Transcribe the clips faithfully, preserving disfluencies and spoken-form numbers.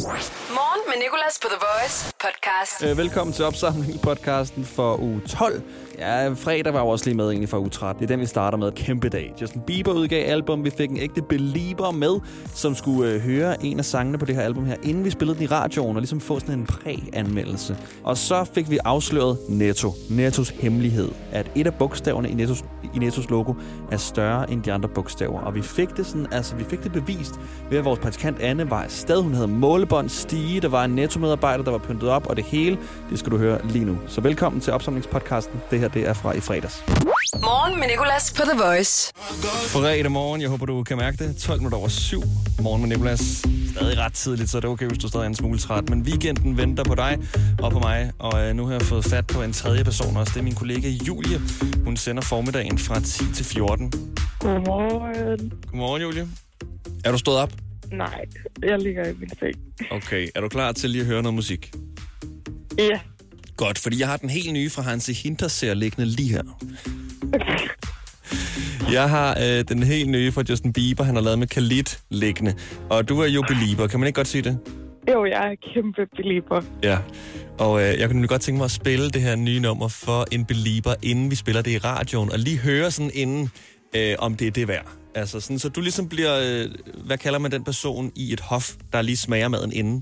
Morgen med Nicolas på The Voice podcast. Øh, velkommen til opsamlingen podcasten for uge tolv. Ja, fredag var jo også lige med egentlig for uge tretten. Det er den, vi starter med. Kæmpe dag. Justin Bieber udgav album. Vi fik en ægte Belieber med, som skulle øh, høre en af sangene på det her album her, inden vi spillede den i radioen, og ligesom få sådan en præ-anmeldelse. Og så fik vi afsløret Netto. Nettos hemmelighed. At et af bogstaverne i Nettos, i Nettos logo er større end de andre bogstaver. Og vi fik det sådan, altså vi fik det bevist ved, at vores praktikant Anne var afsted. Hun havde målebånd, stige, der var en Netto-medarbejder, der var pyntet op, og det hele, det skal du høre lige nu. Så velkommen til opsamlingspodcasten. Det her, det er fra i fredags. Morgen med Nicolas på The Voice. Fredag morgen, jeg håber, du kan mærke det. tolv minutter over syv. Morgen med Nicolas. Stadig ret tidligt, så det er okay, hvis du stadig er en smule træt. Men weekenden venter på dig og på mig. Og øh, nu har jeg fået fat på en tredje person også. Det er min kollega Julie. Hun sender formiddagen fra ti til fjorten. Godmorgen. Godmorgen, Julie. Er du stået op? Nej, jeg ligger i min seng. Okay, er du klar til lige at høre noget musik? Ja. Godt, fordi jeg har den helt nye fra Hansi Hinterseer liggende lige her. Okay. Jeg har øh, den helt nye fra Justin Bieber, han har lavet med Khalid liggende. Og du er jo Belieber, kan man ikke godt sige det? Jo, jeg er kæmpe Belieber. Ja, og øh, jeg kunne nemlig godt tænke mig at spille det her nye nummer for en Belieber, inden vi spiller det i radioen. Og lige høre sådan inden, øh, om det er det værd. Altså sådan, så du ligesom bliver, øh, hvad kalder man den person i et hof, der lige smager maden inden?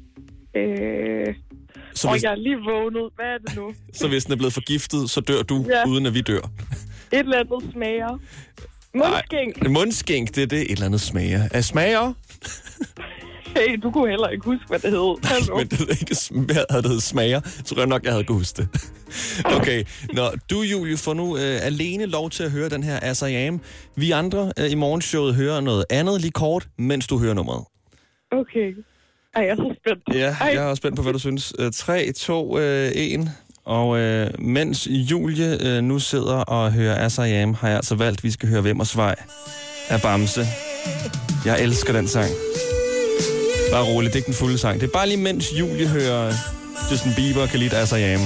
Øh... Så og hvis, jeg er lige vågnet. Hvad er det nu? så hvis den er blevet forgiftet, så dør du, Ja. uden at vi dør. Et eller andet smager. Mundskænk. Nej, mundskænk, det er det. Et eller andet smager. Er smager? Hey, du kunne heller ikke huske, hvad det hed. Hallo. Men det er ikke smager, havde det heddet smager, så tror jeg nok, jeg havde kunne huske det. Okay, nå, du, Julie, får nu øh, alene lov til at høre den her As I Am. Vi andre øh, i morgenshowet hører noget andet lige kort, mens du hører nummeret. Okay. Ej, jeg er så spændt. Ja, Ej. jeg er også spændt på, hvad du synes. tre, to, et. Og øh, mens Julie øh, nu sidder og hører As I Am, har jeg altså valgt, at vi skal høre Hvem og Svej af Bamse. Jeg elsker den sang. Bare roligt, det er ikke den fulde sang. Det er bare lige mens Julie hører Justin Bieber og Khalid As I Am.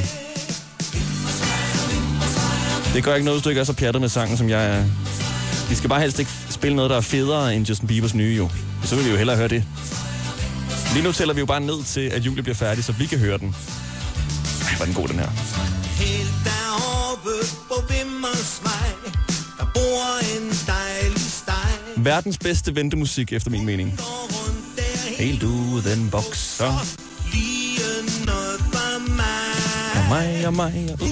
Det gør ikke noget, hvis du ikke er så pjattet med sangen, som jeg er. Vi skal bare helst ikke spille noget, der er federe end Justin Biebers nye, jo. Så vil vi jo hellere høre det. Lige nu tæller vi jo bare ned til, at Julie bliver færdig, så vi kan høre den. Ej, hvor er den god, den her. Helt deroppe på Vimmersvej, der bor en dejlig steg. Verdens bedste ventemusik, efter min mening. Helt uden bokser. Lige noget for mig. Og mig, og mig, og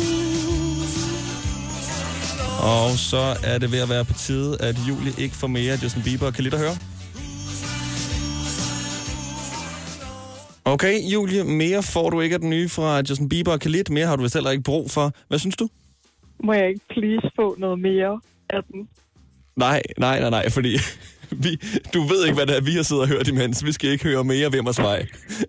uh. Og så er det ved at være på tide, at Julie ikke får mere Justin Bieber og Khalid at høre. Okay, Julie, mere får du ikke af den nye fra Justin Bieber og Khalid. Mere har du vist heller ikke brug for. Hvad synes du? Må jeg ikke please få noget mere af den? Nej, nej, nej, nej, fordi vi, du ved ikke, hvad det er, vi har siddet og hørt imens. Vi skal ikke høre mere Hvem og Svej.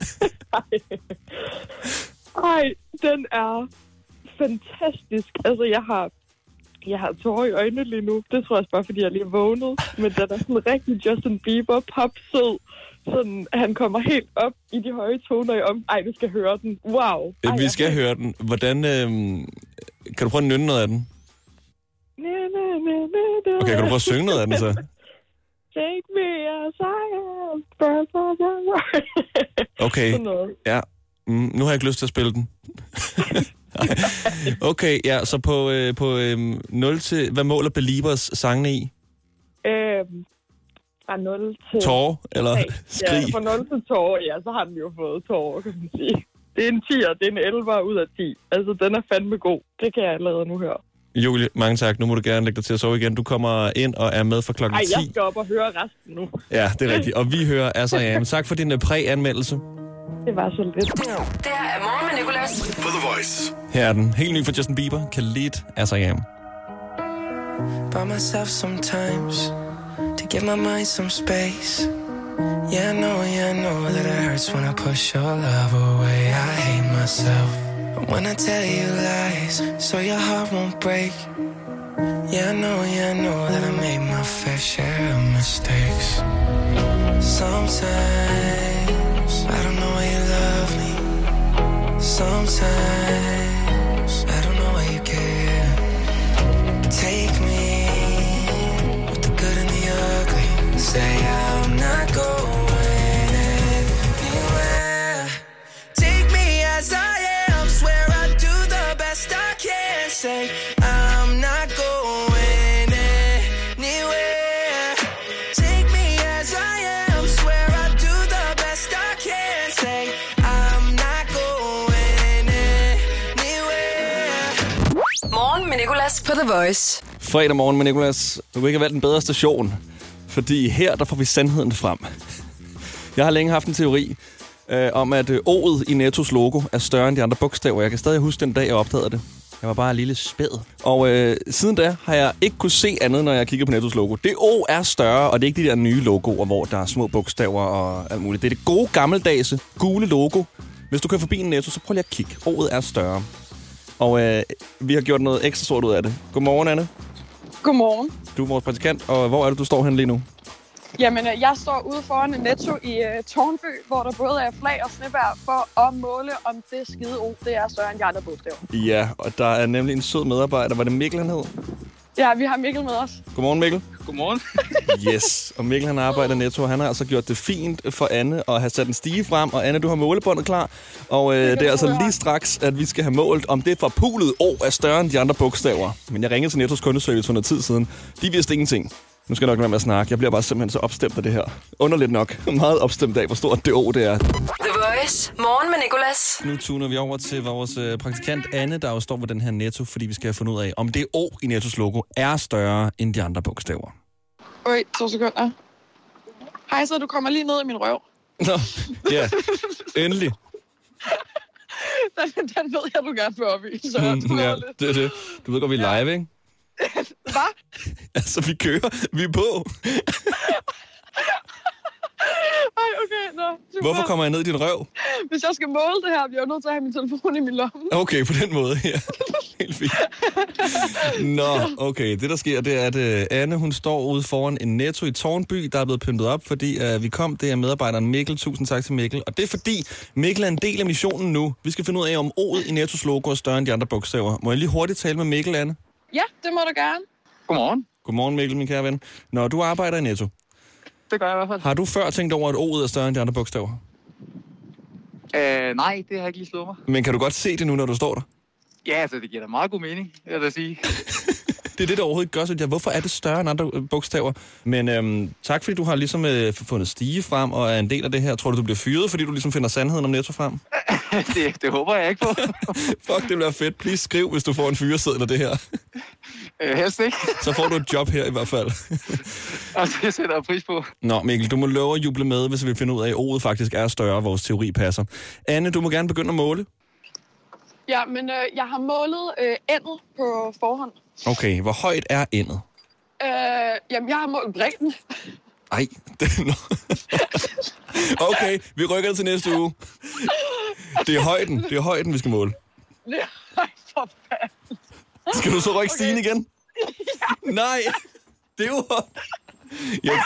Ej, den er fantastisk. Altså, jeg har, jeg har tårer i øjnene lige nu. Det tror jeg også bare, fordi jeg lige er vågnet. Men den er sådan rigtig Justin Bieber, popsød. Sådan, han kommer helt op i de høje toner i om. Ej, du skal høre den. Wow. Ej, Vi skal høre den. Hvordan, øhm, kan du prøve at nynne noget af den? Okay, kan du prøve at synge noget af den så? Take me as I am. Okay, Sådan noget. ja. Mm, nu har jeg ikke lyst til at spille den. Okay, ja, så på, øh, på øh, nul til... Hvad måler Beliebers sangene i? Øhm, fra nul til... Tårer, eller skrig? Ja, fra nul til tårer, ja, så har den jo fået tårer, kan man sige. Det er en tier, det er en elleve ud af ti. Altså, den er fandme god. Det kan jeg allerede nu høre. Julie, mange tak. Nu må du gerne lægge dig til at sove igen. Du kommer ind og er med fra klokken ti. Ej, jeg skal op og høre resten nu. Ja, det er rigtigt. Og vi hører As I Am. Tak for din uh, præ-anmeldelse. Det var så lidt. Det her er Morgen med Nicolas. På The Voice. Her er den. Helt ny fra Justin Bieber. Khalid As I Am. By myself sometimes to give my mind some space. Yeah, I know, yeah, I know that it hurts when I push your love away. I hate myself. But when I tell you lies, so your heart won't break. Yeah, I know, yeah, I know that I made my fair share of mistakes. Sometimes I don't know why you love me. Sometimes I don't know why you care. Take me with the good and the ugly. Say I'm not going anywhere. Nicolas på The Voice. Fredag morgen med Nicolas. Du kan ikke have valgt en bedre station, fordi her der får vi sandheden frem. Jeg har længe haft en teori øh, om, at øh, O'et i Nettos logo er større end de andre bogstaver. Jeg kan stadig huske den dag, jeg opdagede det. Jeg var bare en lille spæd. Og øh, siden da har jeg ikke kunne se andet, når jeg kigger på Nettos logo. Det O er større, og det er ikke de der nye logoer, hvor der er små bogstaver og alt muligt. Det er det gode, gammeldags, gule logo. Hvis du kører forbi en Netto, så prøv lige at kigge. O'et er større. Og øh, vi har gjort noget ekstra stort ud af det. Godmorgen, Anne. Godmorgen. Du er vores praktikant, og hvor er det, du står hen lige nu? Jamen, jeg står ude foran en Netto i uh, Tårnby, hvor der både er flag og snevejr for at måle, om det skide O, det er større end de andre bogstaver. Ja, og der er nemlig en sød medarbejder. Var det Mikkel, han hed? Ja, vi har Mikkel med os. Godmorgen, Mikkel. Godmorgen. Yes, og Mikkel han arbejder i Netto. Han har altså gjort det fint for Anne at have sat en stige frem. Og Anne, du har målebåndet klar. Og øh, det, det er altså lige straks, at vi skal have målt, om det forpulede O er større end de andre bogstaver. Men jeg ringede til Nettos kundeservice for noget tid siden. De vidste ingenting. Nu skal jeg nok være med at snakke. Jeg bliver bare simpelthen så opstemt af det her. Underligt nok. Meget opstemt af, hvor stort det O det er. The Voice. Morgen med Nicolas. Nu tuner vi over til vores øh, praktikant Anne, der jo står ved den her Netto, fordi vi skal have fundet ud af, om det O i Nettos logo er større end de andre bogstaver. Øj, to sekunder. Hej, så du kommer lige ned i min røv. Nå, ja. Endelig. Den, den ved jeg, du gerne vil op i. Så Mm, ja, det er det. Du ved godt, vi er live, ikke? Hvad? Altså, vi kører. Vi er på. Ej, okay, nå. Super. Hvorfor kommer jeg ned i din røv? Hvis jeg skal måle det her, bliver jeg nødt til at have min telefon i min lomme. Okay, på den måde, ja. Helt fint. Nå, okay. Det, der sker, det er, at uh, Anne, hun står ude foran en Netto i Tårnby, der er blevet pyntet op, fordi uh, vi kom. Det er medarbejderen Mikkel. Tusind tak til Mikkel. Og det er fordi, Mikkel er en del af missionen nu. Vi skal finde ud af, om O'et i Nettos logo er større end de andre bogstaver. Må jeg lige hurtigt tale med Mikkel, Anne? Ja, det må du gerne. Godmorgen. Godmorgen, Mikkel, min kære ven. Når du arbejder i Netto, Det gør jeg i hvert fald. har du før tænkt over, at O'et er større end de andre bogstaver? Øh, nej, det har ikke lige slået mig. Men kan du godt se det nu, når du står der? Ja, altså, det giver da meget god mening, jeg vil sige. Det er det, der overhovedet gør, så jeg, hvorfor er det større end andre bogstaver? Men øhm, tak, fordi du har ligesom øh, fundet stige frem og er en del af det her. Tror du, du bliver fyret, fordi du ligesom finder sandheden om Netto frem? det, det håber jeg ikke på. Fuck, det bliver fedt. Please skriv, hvis du får en fyreseddel af det her. øh, helst ikke. Så får du et job her i hvert fald. Og det sætter jeg pris på. Nå, Mikkel, du må love at juble med, hvis vi finder ud af, at O'et faktisk er større, vores teori passer. Anne, du må gerne begynde at måle. Ja, men øh, jeg har målet øh, endet på forhånd. Okay, hvor højt er endet? Øh, jamen, jeg har målt bredden. Ej, det er no- Okay, vi rykker til næste uge. Det er højden, det er højden, vi skal måle. Det er for fanden. Skal du så rykke okay. stigen igen? Ja. Nej, det er jo... Ja.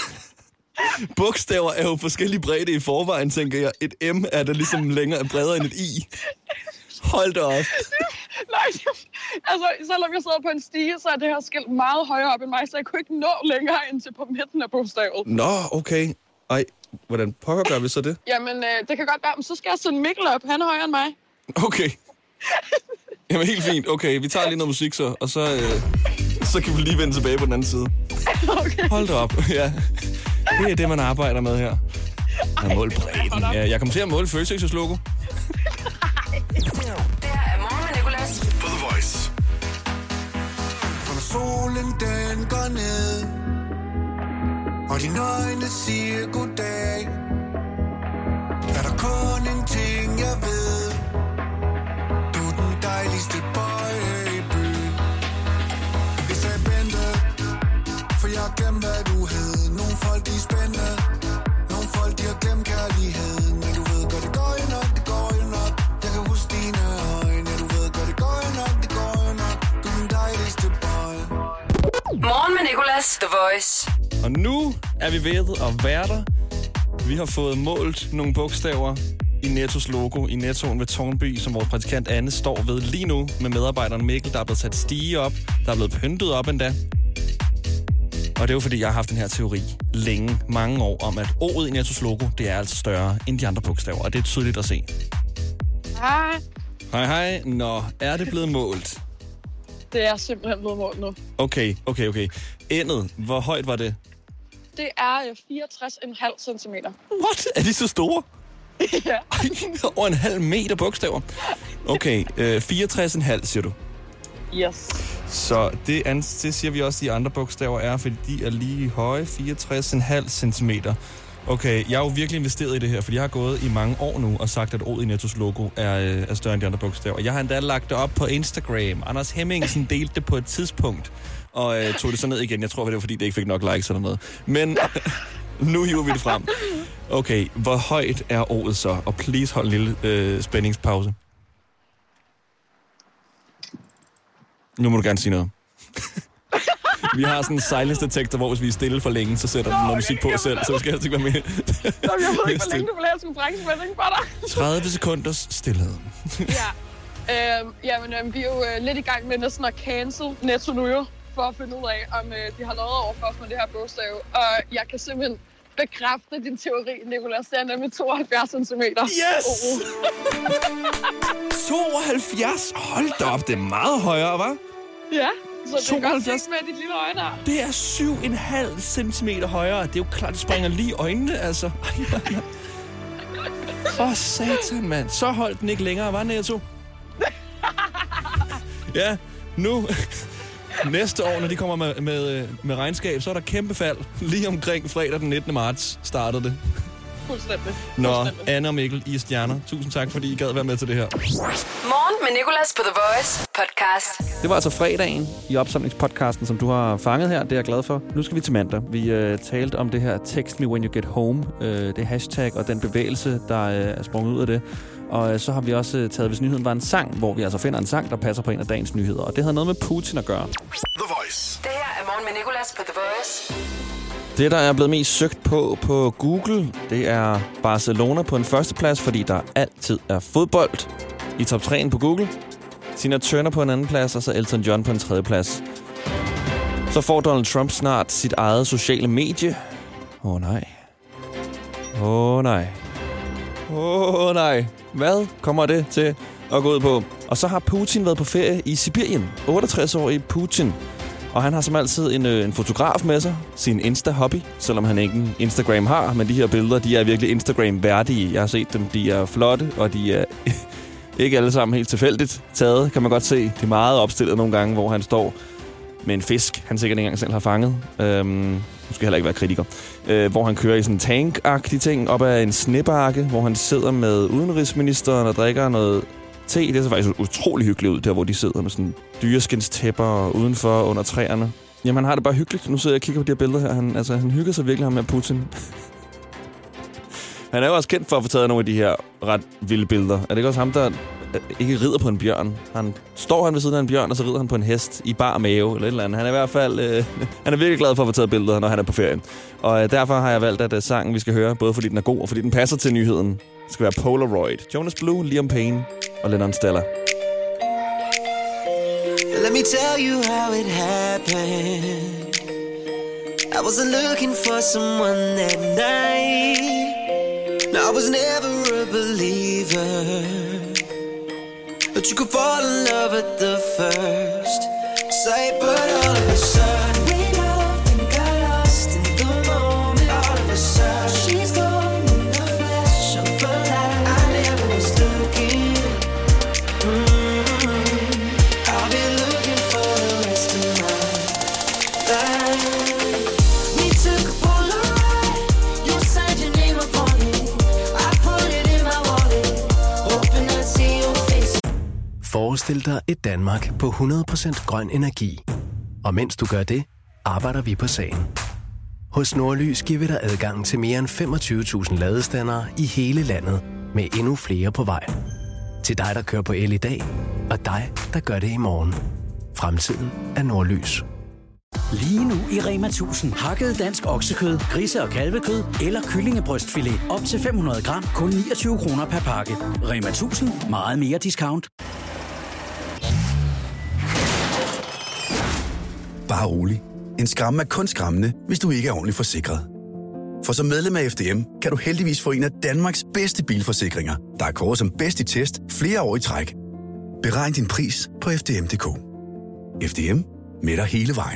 Bogstaver er jo forskellige bredde i forvejen, tænker jeg. Et M er der ligesom længere bredere end et I. Hold da op. Nej, altså, selvom jeg sidder på en stige, så er det her skilt meget højere op end mig, så jeg kunne ikke nå længere ind til på midten af bogstavet. Nå, okay. Ej, hvordan pokker gør vi så det? Jamen, øh, det kan godt være, men så skal jeg sende Mikkel op. Han er højere end mig. Okay. Jamen, helt fint. Okay, vi tager lige noget musik så, og så, øh, så kan vi lige vende tilbage på den anden side. Okay. Hold da op, ja. Det er det, man arbejder med her. Jeg måler bredden. Ja, jeg kommer til at måle Føtex' logo. Det her er morgen med Nicolas. På The Voice. For når solen den går ned, og dine øjne siger goddag, er der kun en ting, jeg ved. Du er den dejligste boy i byen. Jeg sagde Bente, for jeg har glemt, hvad du hed. Nogle folk, de er spændende. Nogle folk, de har glemt kærligheden. Men du ved godt, det går jo nok, det går jo nok. Jeg kan huske dine øjne. Du ved godt, det går jo nok, det går jo nok. Du er den dejligste boy. Morgen med Nicolas. The Voice. Og nu er vi ved at være der. Vi har fået målt nogle bogstaver i Nettos logo i Nettoen ved Tårnby, som vores praktikant Anne står ved lige nu med medarbejderen Mikkel, der er blevet sat stige op, der er blevet pyntet op endda. Og det er jo fordi, jeg har haft den her teori længe, mange år, om at O'et i Nettos logo, det er altså større end de andre bogstaver, og det er tydeligt at se. Hej. Hej hej, nå, er det blevet målt? Det er simpelthen blevet målt nu. Okay, okay, okay. Endet, hvor højt var det? Det er fireogtres komma fem centimeter. What? Er de så store? Ja. Ej, over en halv meter bogstaver. Okay, øh, fireogtres komma fem siger du. Yes. Så det, an- det siger vi også, de andre bogstaver er, fordi de er lige høje, fireogtres komma fem centimeter. Okay, jeg er jo virkelig investeret i det her, fordi jeg har gået i mange år nu og sagt, at ordet i Nettos logo er, øh, er større end de andre bogstaver. Jeg har endda lagt det op på Instagram. Anders Hemmingsen delte det på et tidspunkt, og øh, tog det så ned igen. Jeg tror, det var, fordi det ikke fik nok likes eller noget. Men nu hiver vi det frem. Okay, hvor højt er ordet så? Og please hold en lille øh, spændingspause. Nu må du gerne sige noget. Vi har sådan en silence detector, hvor hvis vi er stille for længe, så sætter den noget musik på selv, så vi skal helst ikke være med. Nå, jeg ved ikke, hvor længe du vil have, at jeg skulle brække spænding for dig. tredive sekunders stillhed. Ja. Øhm, jamen, øhm, vi er jo øh, lidt i gang med næsten at cancel Netto nu jo, for at finde ud af, om øh, de har lovet over for os med det her bogstav. Og jeg kan simpelthen bekræfte din teori, Nicolas. Det er nemlig tooghalvfjerds centimeter. Yes! tooghalvfjerds? Hold da op, det er meget højere, hva'? Ja, så det tooghalvfjerds. er godt med dit lille øjne her. Det er syv komma fem centimeter højere. Det er jo klart, det springer lige i øjnene, altså. For satan, mand. Så holdt den ikke længere, var Netto? Ja, nu... Næste år, når de kommer med, med, med regnskab, så er der kæmpe fald. Lige omkring fredag den nittende marts startede det. Fuldstændig. Nå, Fuldstændig. Anna og Mikkel, I er stjerner. Tusind tak, fordi I gad være med til det her. Morgen med Nicolas på The Voice podcast. Det var altså fredagen i opsamlingspodcasten, som du har fanget her. Det er jeg glad for. Nu skal vi til mandag. Vi øh, talte om det her Text Me When You Get Home. Øh, det hashtag og den bevægelse, der øh, er sprunget ud af det. Og øh, så har vi også øh, taget, hvis nyheden var en sang, hvor vi altså finder en sang, der passer på en af dagens nyheder. Og det havde noget med Putin at gøre. The Voice. Det her er Morgen med Nicolas på The Voice. Det, der er blevet mest søgt på på Google, det er Barcelona på en førsteplads, fordi der altid er fodbold i top tre'en på Google. Tina Turner på en anden plads, og så Elton John på en tredje plads. Så får Donald Trump snart sit eget sociale medie. Åh oh, nej. Åh oh, nej. Åh oh, nej. Hvad kommer det til at gå ud på? Og så har Putin været på ferie i Sibirien. otteogtres-årig Putin. Og han har som altid en, øh, en fotograf med sig, sin Insta-hobby, selvom han ikke en Instagram har. Men de her billeder, de er virkelig Instagram-værdige. Jeg har set dem, de er flotte, og de er ikke alle sammen helt tilfældigt taget, kan man godt se. De er meget opstillet nogle gange, hvor han står med en fisk, han sikkert ikke engang selv har fanget. Øhm, nu skal jeg heller ikke være kritiker. Øh, hvor han kører i sådan en tank-agtig ting op ad en snebakke, hvor han sidder med udenrigsministeren og drikker noget te. Det ser faktisk utrolig hyggeligt ud, der hvor de sidder med sådan dyreskinstæpper udenfor under træerne. Jamen, han har det bare hyggeligt. Nu sidder jeg og kigger på de her billeder her. Han, altså, han hygger sig virkelig ham med Putin. Han er jo også kendt for at få taget nogle af de her ret vilde billeder. Er det ikke også ham, der ikke rider på en bjørn? Han står han ved siden af en bjørn, og så rider han på en hest i bar mave eller et eller andet. Han er i hvert fald øh, han er virkelig glad for at få taget billeder, når han er på ferien. Og øh, derfor har jeg valgt, at øh, sangen, vi skal høre, både fordi den er god og fordi den passer til nyheden, skal være Polaroid. Jonas Blue, Liam Payne og Lennon Stella. Let me tell you how it happened. I wasn't looking for someone that night. No, I was never a believer, but you could fall in love at the first sight. But all of a sudden we loved and got lost in the moment. All of a sudden she's gone in the flash of a light. I never was looking. Mm-hmm. I'll be looking for the rest of my life. We took a Polaroid. You signed your name upon it. I put it in my wallet, hoping I'd see your face. Forestil dig et Danmark på hundrede procent grøn energi. Og mens du gør det, arbejder vi på sagen. Hos Nordlys giver vi dig adgang til mere end femogtyve tusind ladestandere i hele landet, med endnu flere på vej. Til dig, der kører på el i dag, og dig, der gør det i morgen. Fremtiden er Nordlys. Lige nu i Rema tusind. Hakket dansk oksekød, grise- og kalvekød eller kyllingebrystfilet op til fem hundrede gram. Kun niogtyve kroner per pakke. Rema tusind. Meget mere discount. Bare rolig. En skræmme er kun skræmmende, hvis du ikke er ordentligt forsikret. For som medlem af F D M kan du heldigvis få en af Danmarks bedste bilforsikringer, der er kåret som bedst i test flere år i træk. Beregn din pris på f d m punktum d k. F D M med dig hele vejen.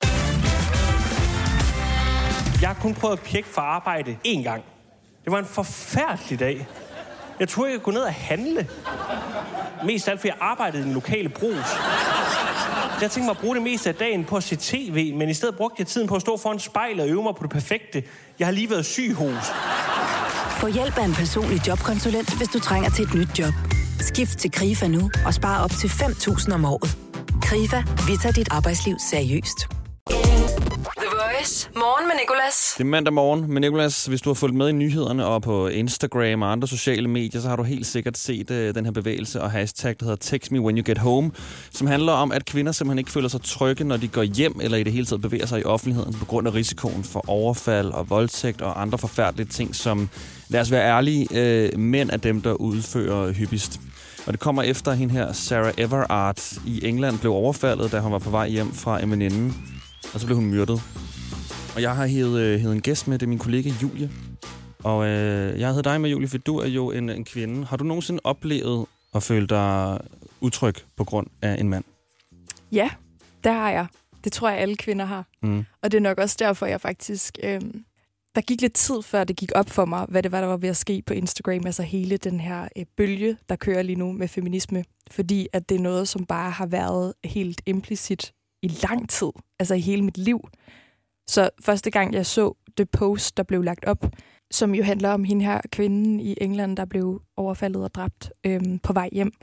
Jeg har kun prøvet at pjekke for arbejde én gang. Det var en forfærdelig dag. Jeg troede, jeg kunne gå ned og handle. Mest alt, fordi jeg arbejdede i den lokale brus. Jeg tænkte mig at bruge det meste af dagen på at se tv, men i stedet brugte jeg tiden på at stå foran spejlet og øve mig på det perfekte. Jeg har lige været syg hos. Få hjælp af en personlig jobkonsulent, hvis du trænger til et nyt job. Skift til KRIFA nu og spar op til fem tusind om året. KRIFA, vi tager dit arbejdsliv seriøst. The Voice. Morgen med Nicolas. Det er mandag morgen med Nicolas. Hvis du har fulgt med i nyhederne og på Instagram og andre sociale medier, så har du helt sikkert set uh, den her bevægelse og hashtag, der hedder Text Me When You Get Home, som handler om, at kvinder simpelthen ikke føler sig trygge, når de går hjem eller i det hele taget bevæger sig i offentligheden på grund af risikoen for overfald og voldtægt og andre forfærdelige ting, som, lad os være ærlige, uh, mænd er dem, der udfører hyppigst. Og det kommer efter hende her, Sarah Everard i England, blev overfaldet, da hun var på vej hjem fra en veninde, og så blev hun myrdet. Og jeg har hævet, øh, hævet en gæst med, det er min kollega Julie. Og øh, jeg hedder dig med, Julie, for du er jo en, en kvinde. Har du nogensinde oplevet at føle dig utryg på grund af en mand? Ja, det har jeg. Det tror jeg, alle kvinder har. Mm. Og det er nok også derfor, jeg faktisk... Øh, der gik lidt tid, før det gik op for mig, hvad det var, der var ved at ske på Instagram. Altså hele den her øh, bølge, der kører lige nu med feminisme. Fordi at det er noget, som bare har været helt implicit i lang tid. Altså i hele mit liv. Så første gang, jeg så det post, der blev lagt op, som jo handler om hende her kvinden i England, der blev overfaldet og dræbt øhm, på vej hjem.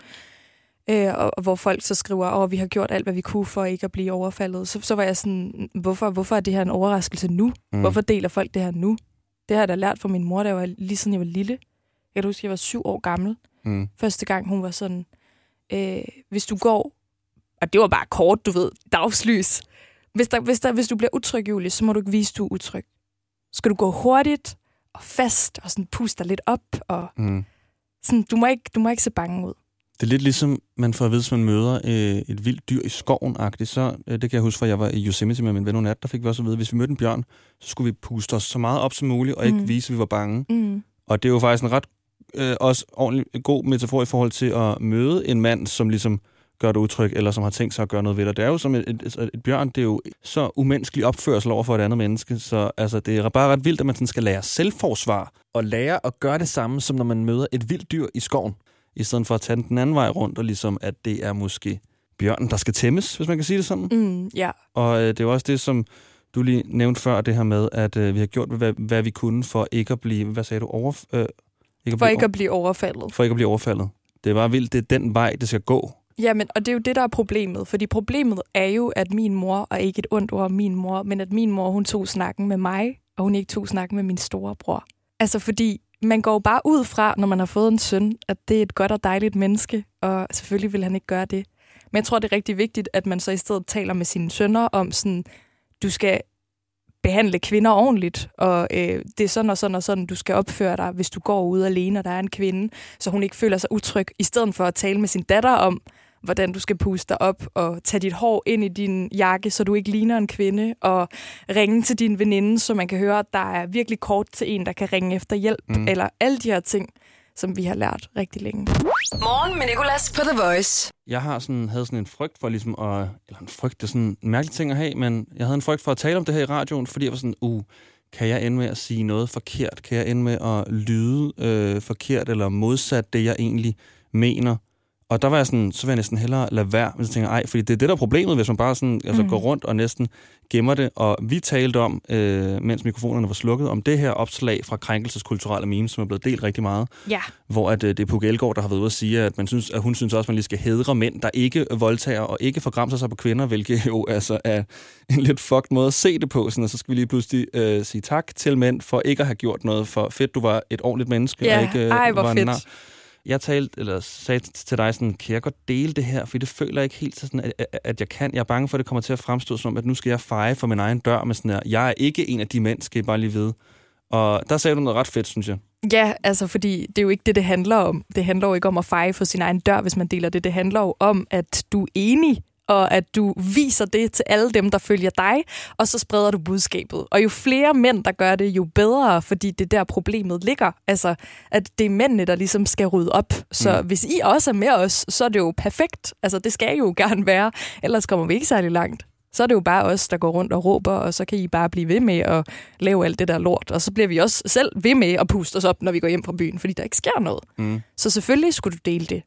Øh, og, og hvor folk så skriver, at vi har gjort alt, hvad vi kunne for ikke at blive overfaldet. Så, så var jeg sådan, hvorfor, hvorfor er det her en overraskelse nu? Mm. Hvorfor deler folk det her nu? Det har jeg da lært fra min mor, da jeg var, lige siden jeg var lille. Jeg kan huske, jeg var syv år gammel. Mm. Første gang, hun var sådan, øh, hvis du går, og det var bare kort, du ved, dagslys. Hvis, der, hvis, der, hvis du bliver utryg, Julie, så må du ikke vise, du er utryg. Så skal du gå hurtigt og fast og sådan puste dig lidt op. Og mm. sådan, du, må ikke, du må ikke se bange ud. Det er lidt ligesom, man får at vide, hvis man møder øh, et vildt dyr i skoven-agtigt. Så, øh, det kan jeg huske, for jeg var i Yosemite med min ven Nat, der fik vi også at vide, hvis vi mødte en bjørn, så skulle vi puste os så meget op som muligt, og ikke mm. vise, at vi var bange. Mm. Og det er jo faktisk en ret øh, også ordentlig god metafor i forhold til at møde en mand, som ligesom gør det utryg, eller som har tænkt sig at gøre noget ved dig. Det er jo som et, et, et bjørn, det er jo så umenneskelig opførsel over for et andet menneske, så altså, det er bare ret vildt, at man sådan skal lære selvforsvar, og lære at gøre det samme, som når man møder et vildt dyr i skoven, i stedet for at tage den anden vej rundt, og ligesom, at det er måske bjørnen, der skal tæmmes, hvis man kan sige det sådan. Mm, ja. Og øh, det er jo også det, som du lige nævnte før, det her med, at øh, vi har gjort, hvad, hvad vi kunne for ikke at blive, hvad sagde du, over, øh, ikke for ikke at blive overfaldet. For ikke at blive overfaldet. Det er bare vildt, det er den vej, det skal gå. Jamen, og det er jo det, der er problemet. Fordi problemet er jo, at min mor, og ikke et ondt ord om min mor, men at min mor, hun tog snakken med mig, og hun ikke tog snakken med min storebror. Altså, fordi man går bare ud fra, når man har fået en søn, at det er et godt og dejligt menneske, og selvfølgelig vil han ikke gøre det. Men jeg tror, det er rigtig vigtigt, at man så i stedet taler med sine sønner om sådan, du skal behandle kvinder ordentligt, og øh, det er sådan og sådan og sådan, du skal opføre dig, hvis du går ud alene, og der er en kvinde, så hun ikke føler sig utryg, i stedet for at tale med sin datter om, hvordan du skal puste dig op og tage dit hår ind i din jakke, så du ikke ligner en kvinde, og ringe til din veninde, så man kan høre, at der er virkelig kort til en, der kan ringe efter hjælp, mm. eller alle de her ting, som vi har lært rigtig længe. Morgen med Nicolas på The Voice. Jeg har sådan, havde sådan en frygt for ligesom at, eller en frygt, det er sådan en mærkelig ting at have, men jeg havde en frygt for at tale om det her i radioen, fordi jeg var sådan, uh, kan jeg ende med at sige noget forkert? Kan jeg ende med at lyde øh, forkert, eller modsat det, jeg egentlig mener? Og der var jeg sådan, så vil jeg næsten hellere lade være, men så tænker jeg, ej, fordi det er det, der er problemet, hvis man bare sådan, altså, mm. går rundt og næsten gemmer det. Og vi talte om, øh, mens mikrofonerne var slukket, om det her opslag fra krænkelseskulturelle memes, som er blevet delt rigtig meget. Ja. Hvor at, øh, det er Puk Elgård, der har været ude at sige, at, man synes, at hun synes også, at man lige skal hædre mænd, der ikke voldtager og ikke forgramser sig på kvinder, hvilket jo altså er en lidt fucked måde at se det på. Sådan, og så skal vi lige pludselig øh, sige tak til mænd for ikke at have gjort noget for fedt. Du var et ordentligt menneske. Ja, og ikke, øh, ej, hvor var fedt. Nar- Jeg talte, eller sagde til dig sådan, kan jeg godt dele det her? For det føler jeg ikke helt sådan, at, at jeg kan. Jeg er bange for, at det kommer til at fremstå som, at nu skal jeg feje for min egen dør med sådan her. Jeg er ikke en af de mænd, skal I bare lige vide. Og der sagde du noget ret fedt, synes jeg. Ja, altså fordi det er jo ikke det, det handler om. Det handler jo ikke om at feje for sin egen dør, hvis man deler det. Det handler jo om, at du er enig, og at du viser det til alle dem, der følger dig, og så spreder du budskabet. Og jo flere mænd, der gør det, jo bedre, fordi det der problemet ligger. Altså, at det er mændene, der ligesom skal rydde op. Så mm. hvis I også er med os, så er det jo perfekt. Altså, det skal jo gerne være. Ellers kommer vi ikke særlig langt. Så er det jo bare os, der går rundt og råber, og så kan I bare blive ved med at lave alt det der lort. Og så bliver vi også selv ved med at puste os op, når vi går hjem fra byen, fordi der ikke sker noget. Mm. Så selvfølgelig skulle du dele det.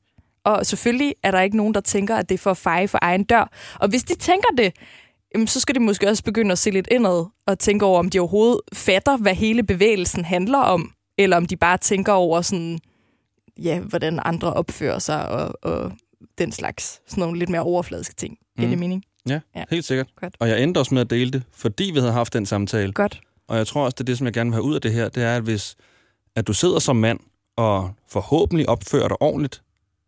Og selvfølgelig er der ikke nogen, der tænker, at det er for at feje for egen dør. Og hvis de tænker det, så skal de måske også begynde at se lidt indad og tænke over, om de overhovedet fatter, hvad hele bevægelsen handler om. Eller om de bare tænker over, sådan, ja, hvordan andre opfører sig og, og den slags. Sådan nogle lidt mere overfladiske ting. Giver mm. det mening? Ja, ja, helt sikkert. Godt. Og jeg endte også med at dele det, fordi vi havde haft den samtale. Godt. Og jeg tror også, det er det, som jeg gerne vil have ud af det her, det er, at hvis at du sidder som mand og forhåbentlig opfører dig ordentligt,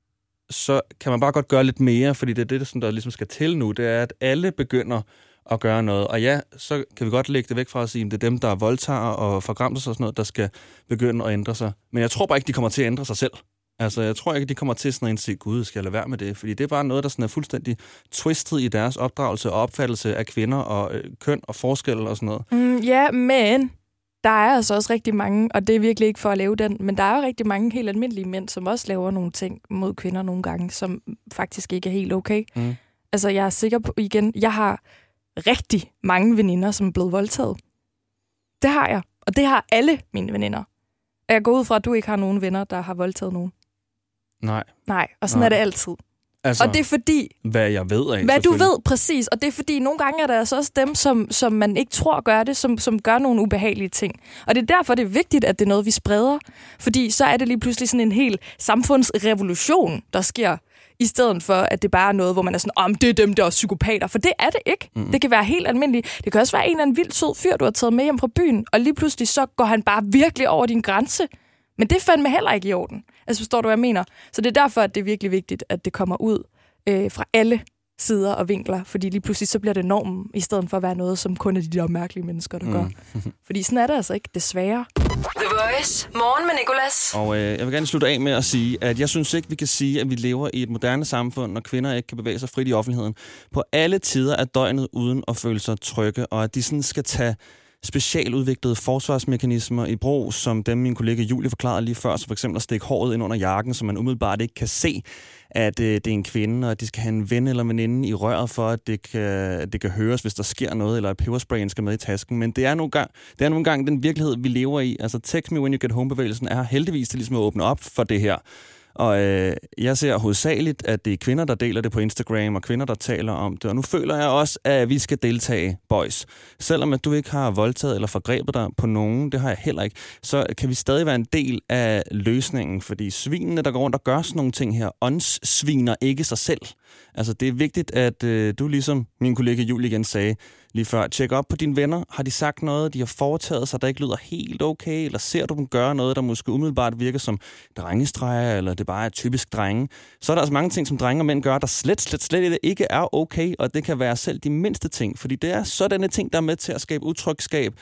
så kan man bare godt gøre lidt mere, fordi det er det, som der ligesom skal til nu. Det er, at alle begynder at gøre noget. Og ja, så kan vi godt lægge det væk fra at sige, at det er dem, der voldtager og forgramser sig og sådan noget, der skal begynde at ændre sig. Men jeg tror bare ikke, de kommer til at ændre sig selv. Altså, jeg tror ikke, de kommer til sådan at sige, gud, skal jeg lade være med det? Fordi det er bare noget, der sådan er fuldstændig twistet i deres opdragelse og opfattelse af kvinder og øh, køn og forskel og sådan noget. Mm, ja, men der er altså også rigtig mange, og det er virkelig ikke for at lave den, men der er jo rigtig mange helt almindelige mænd, som også laver nogle ting mod kvinder nogle gange, som faktisk ikke er helt okay. Mm. Altså, jeg er sikker på, igen, jeg har rigtig mange veninder, som er blevet voldtaget. Det har jeg, og det har alle mine veninder. Og jeg går ud fra, at du ikke har nogen venner, der har voldtaget nogen. Nej. Nej, og sådan Nej. er det altid. Altså, og det er fordi... Hvad jeg ved af, Hvad du ved, præcis. Og det er fordi, nogle gange er der altså også dem, som, som man ikke tror gør det, som, som gør nogle ubehagelige ting. Og det er derfor, det er vigtigt, at det er noget, vi spreder. Fordi så er det lige pludselig sådan en hel samfundsrevolution, der sker, i stedet for, at det bare er noget, hvor man er sådan, om oh, det er dem, der er psykopater. For det er det ikke. Mm. Det kan være helt almindeligt. Det kan også være en eller anden vild sød fyr, du har taget med hjem fra byen, og lige pludselig så går han bare virkelig over din grænse. Men det er fandme heller ikke i orden. Altså, forstår du, hvad jeg mener? Så det er derfor, at det er virkelig vigtigt, at det kommer ud øh, fra alle sider og vinkler, fordi lige pludselig så bliver det normen, i stedet for at være noget, som kun er de der mærkelige mennesker, der mm. gør. Fordi sådan er det altså ikke, desværre. The Voice. Morgen med Nicolas. Og øh, jeg vil gerne slutte af med at sige, at jeg synes ikke, vi kan sige, at vi lever i et moderne samfund, når kvinder ikke kan bevæge sig frit i offentligheden på alle tider af døgnet, uden at føle sig trygge, og at de sådan skal tage specialudviklede forsvarsmekanismer i brug, som dem min kollega Julie forklarede lige før, så for eksempel at stikke håret ind under jakken, så man umiddelbart ikke kan se, at øh, det er en kvinde, og at de skal have en ven eller veninde i røret for, at det kan, at det kan høres, hvis der sker noget, eller at pebersprayen skal med i tasken. Men det er nogle gange, det er nogle gange den virkelighed, vi lever i. Altså Text Me When You Get Home-bevægelsen er heldigvis til ligesom at åbne op for det her. Og øh, jeg ser hovedsageligt, at det er kvinder, der deler det på Instagram, og kvinder, der taler om det. Og nu føler jeg også, at vi skal deltage, boys. Selvom at du ikke har voldtaget eller forgrebet dig på nogen, det har jeg heller ikke, så kan vi stadig være en del af løsningen. Fordi svinene, der går rundt og gør sådan nogle ting her, åndssviner ikke sig selv. Altså, det er vigtigt, at øh, du ligesom min kollega Julie igen sagde lige før, tjek op på dine venner. Har de sagt noget, de har foretaget sig, der ikke lyder helt okay? Eller ser du dem gøre noget, der måske umiddelbart virker som drengestreger, eller det bare er typisk drenge? Så er der altså mange ting, som drenge og mænd gør, der slet, slet, slet ikke er okay, og det kan være selv de mindste ting. Fordi det er sådanne ting, der er med til at skabe utrygskab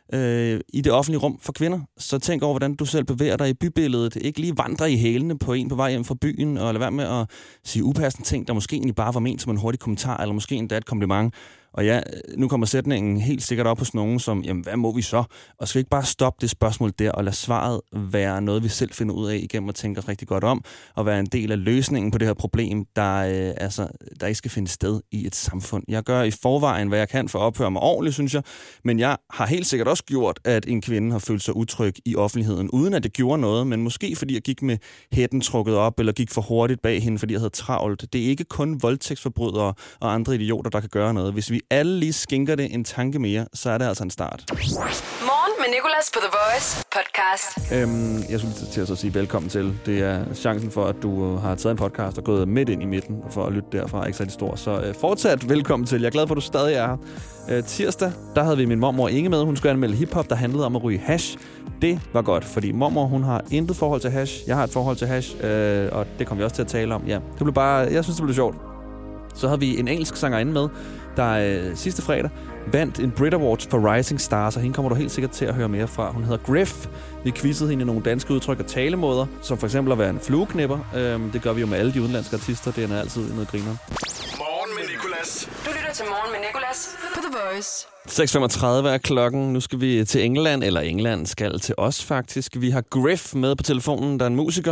øh, i det offentlige rum for kvinder. Så tænk over, hvordan du selv bevæger dig i bybilledet. Ikke lige vandre i hælene på en på vej hjem fra byen, og lad være med at sige upassende ting, der måske egentlig bare var ment som en hurtig kommentar, eller måske endda et kompliment. Og ja, nu kommer sætningen helt sikkert op hos nogen, som, jamen, hvad må vi så? Og skal vi ikke bare stoppe det spørgsmål der, og lade svaret være noget, vi selv finder ud af igennem at tænke os rigtig godt om, og være en del af løsningen på det her problem, der, øh, altså, der ikke skal finde sted i et samfund. Jeg gør i forvejen, hvad jeg kan for at opføre mig ordentligt, synes jeg, men jeg har helt sikkert også gjort, at en kvinde har følt sig utryg i offentligheden, uden at det gjorde noget, men måske fordi jeg gik med hætten trukket op, eller gik for hurtigt bag hende, fordi jeg havde travlt. Det er ikke kun voldtægtsforbrydere og andre idioter, der kan gøre noget. Hvis vi alle lige skænker det en tanke mere, så er det altså en start. Morgen med Nicolas på The Voice podcast. Øhm, jeg skulle til at så sige velkommen til. Det er chancen for, at du har taget en podcast og gået midt ind i midten, og for at lytte derfra er ikke særlig stor. Så øh, fortsat velkommen til. Jeg er glad for, at du stadig er her. Øh, tirsdag, der havde vi min mormor Inge med. Hun skulle anmelde hiphop, der handlede om at ryge hash. Det var godt, fordi mormor, hun har intet forhold til hash. Jeg har et forhold til hash, øh, og det kommer vi også til at tale om. Ja, det blev bare, jeg synes, det blev sjovt. Så havde vi en engelsk sangerinde med, der øh, sidste fredag vandt en Brit Awards for Rising Stars, og hende kommer du helt sikkert til at høre mere fra. Hun hedder Griff. Vi quizzede hende nogle danske udtryk og talemåder, som for eksempel at være en flueknipper. Øhm, det gør vi jo med alle de udenlandske artister. Det er altid noget griner. Morgen med Nicolas. Du lytter til Morgen med Nicolas på The Voice. seks femogtredive er klokken. Nu skal vi til England, eller England skal til os faktisk. Vi har Griff med på telefonen, der er en musiker.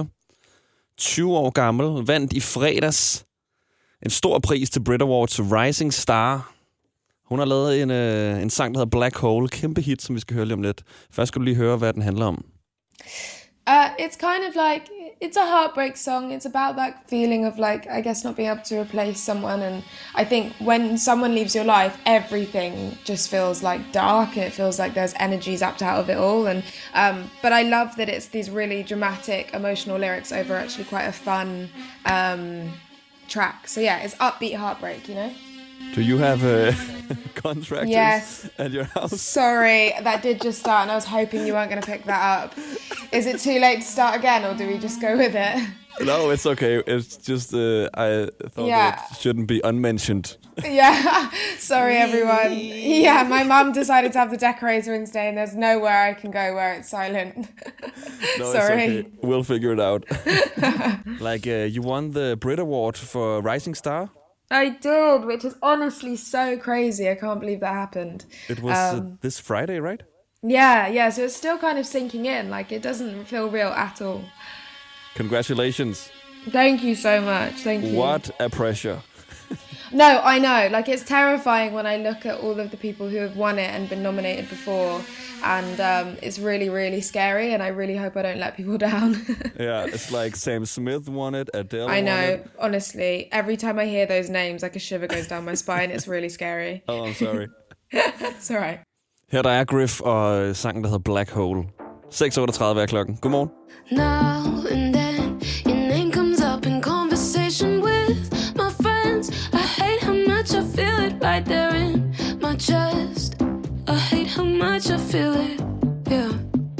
tyve år gammel, vandt i fredags en stor pris til Brit Awards Rising Star. Hun har lavet en, øh, en sang, der hedder Black Hole. Kæmpe hit, som vi skal høre lige om lidt. Først skal du lige høre, hvad den handler om. Uh, it's kind of like it's a heartbreak song. It's about that feeling of like, I guess, not being able to replace someone. And I think when someone leaves your life, everything just feels like dark, and it feels like there's energy zapped out of it all. And um, but I love that it's these really dramatic, emotional lyrics over actually quite a fun um, track. So yeah, it's upbeat heartbreak, you know. Do you have uh, contractors yes. at your house? Sorry, that did just start, and I was hoping you weren't going to pick that up. Is it too late to start again, or do we just go with it? No, it's okay. It's just uh, I thought Yeah. it shouldn't be unmentioned. Yeah, sorry everyone. Yeah, my mum decided to have the decorator in today, and there's nowhere I can go where it's silent. No, Sorry. it's okay. We'll figure it out. Like uh, you won the Brit Award for Rising Star. I did, which is honestly so crazy. I can't believe that happened. It was uh, Um, this Friday, right? Yeah, yeah, so it's still kind of sinking in. Like, it doesn't feel real at all. Congratulations. Thank you so much. Thank you. What a pressure. No, I know. Like, it's terrifying when I look at all of the people who have won it and been nominated before. And um, it's really, really scary. And I really hope I don't let people down. Yeah, it's like Sam Smith won it, Adele I know. won it. Honestly, every time I hear those names, like a shiver goes down my spine. It's really scary. Oh, I'm sorry. It's all right. Her der er Griff og sangen, der hedder Black Hole. seks otteogtredive er klokken. Godmorgen. Now and then, your name comes up in conversation with my friends. I hate how much I feel it right there in my chest. I hate how much I feel it, yeah.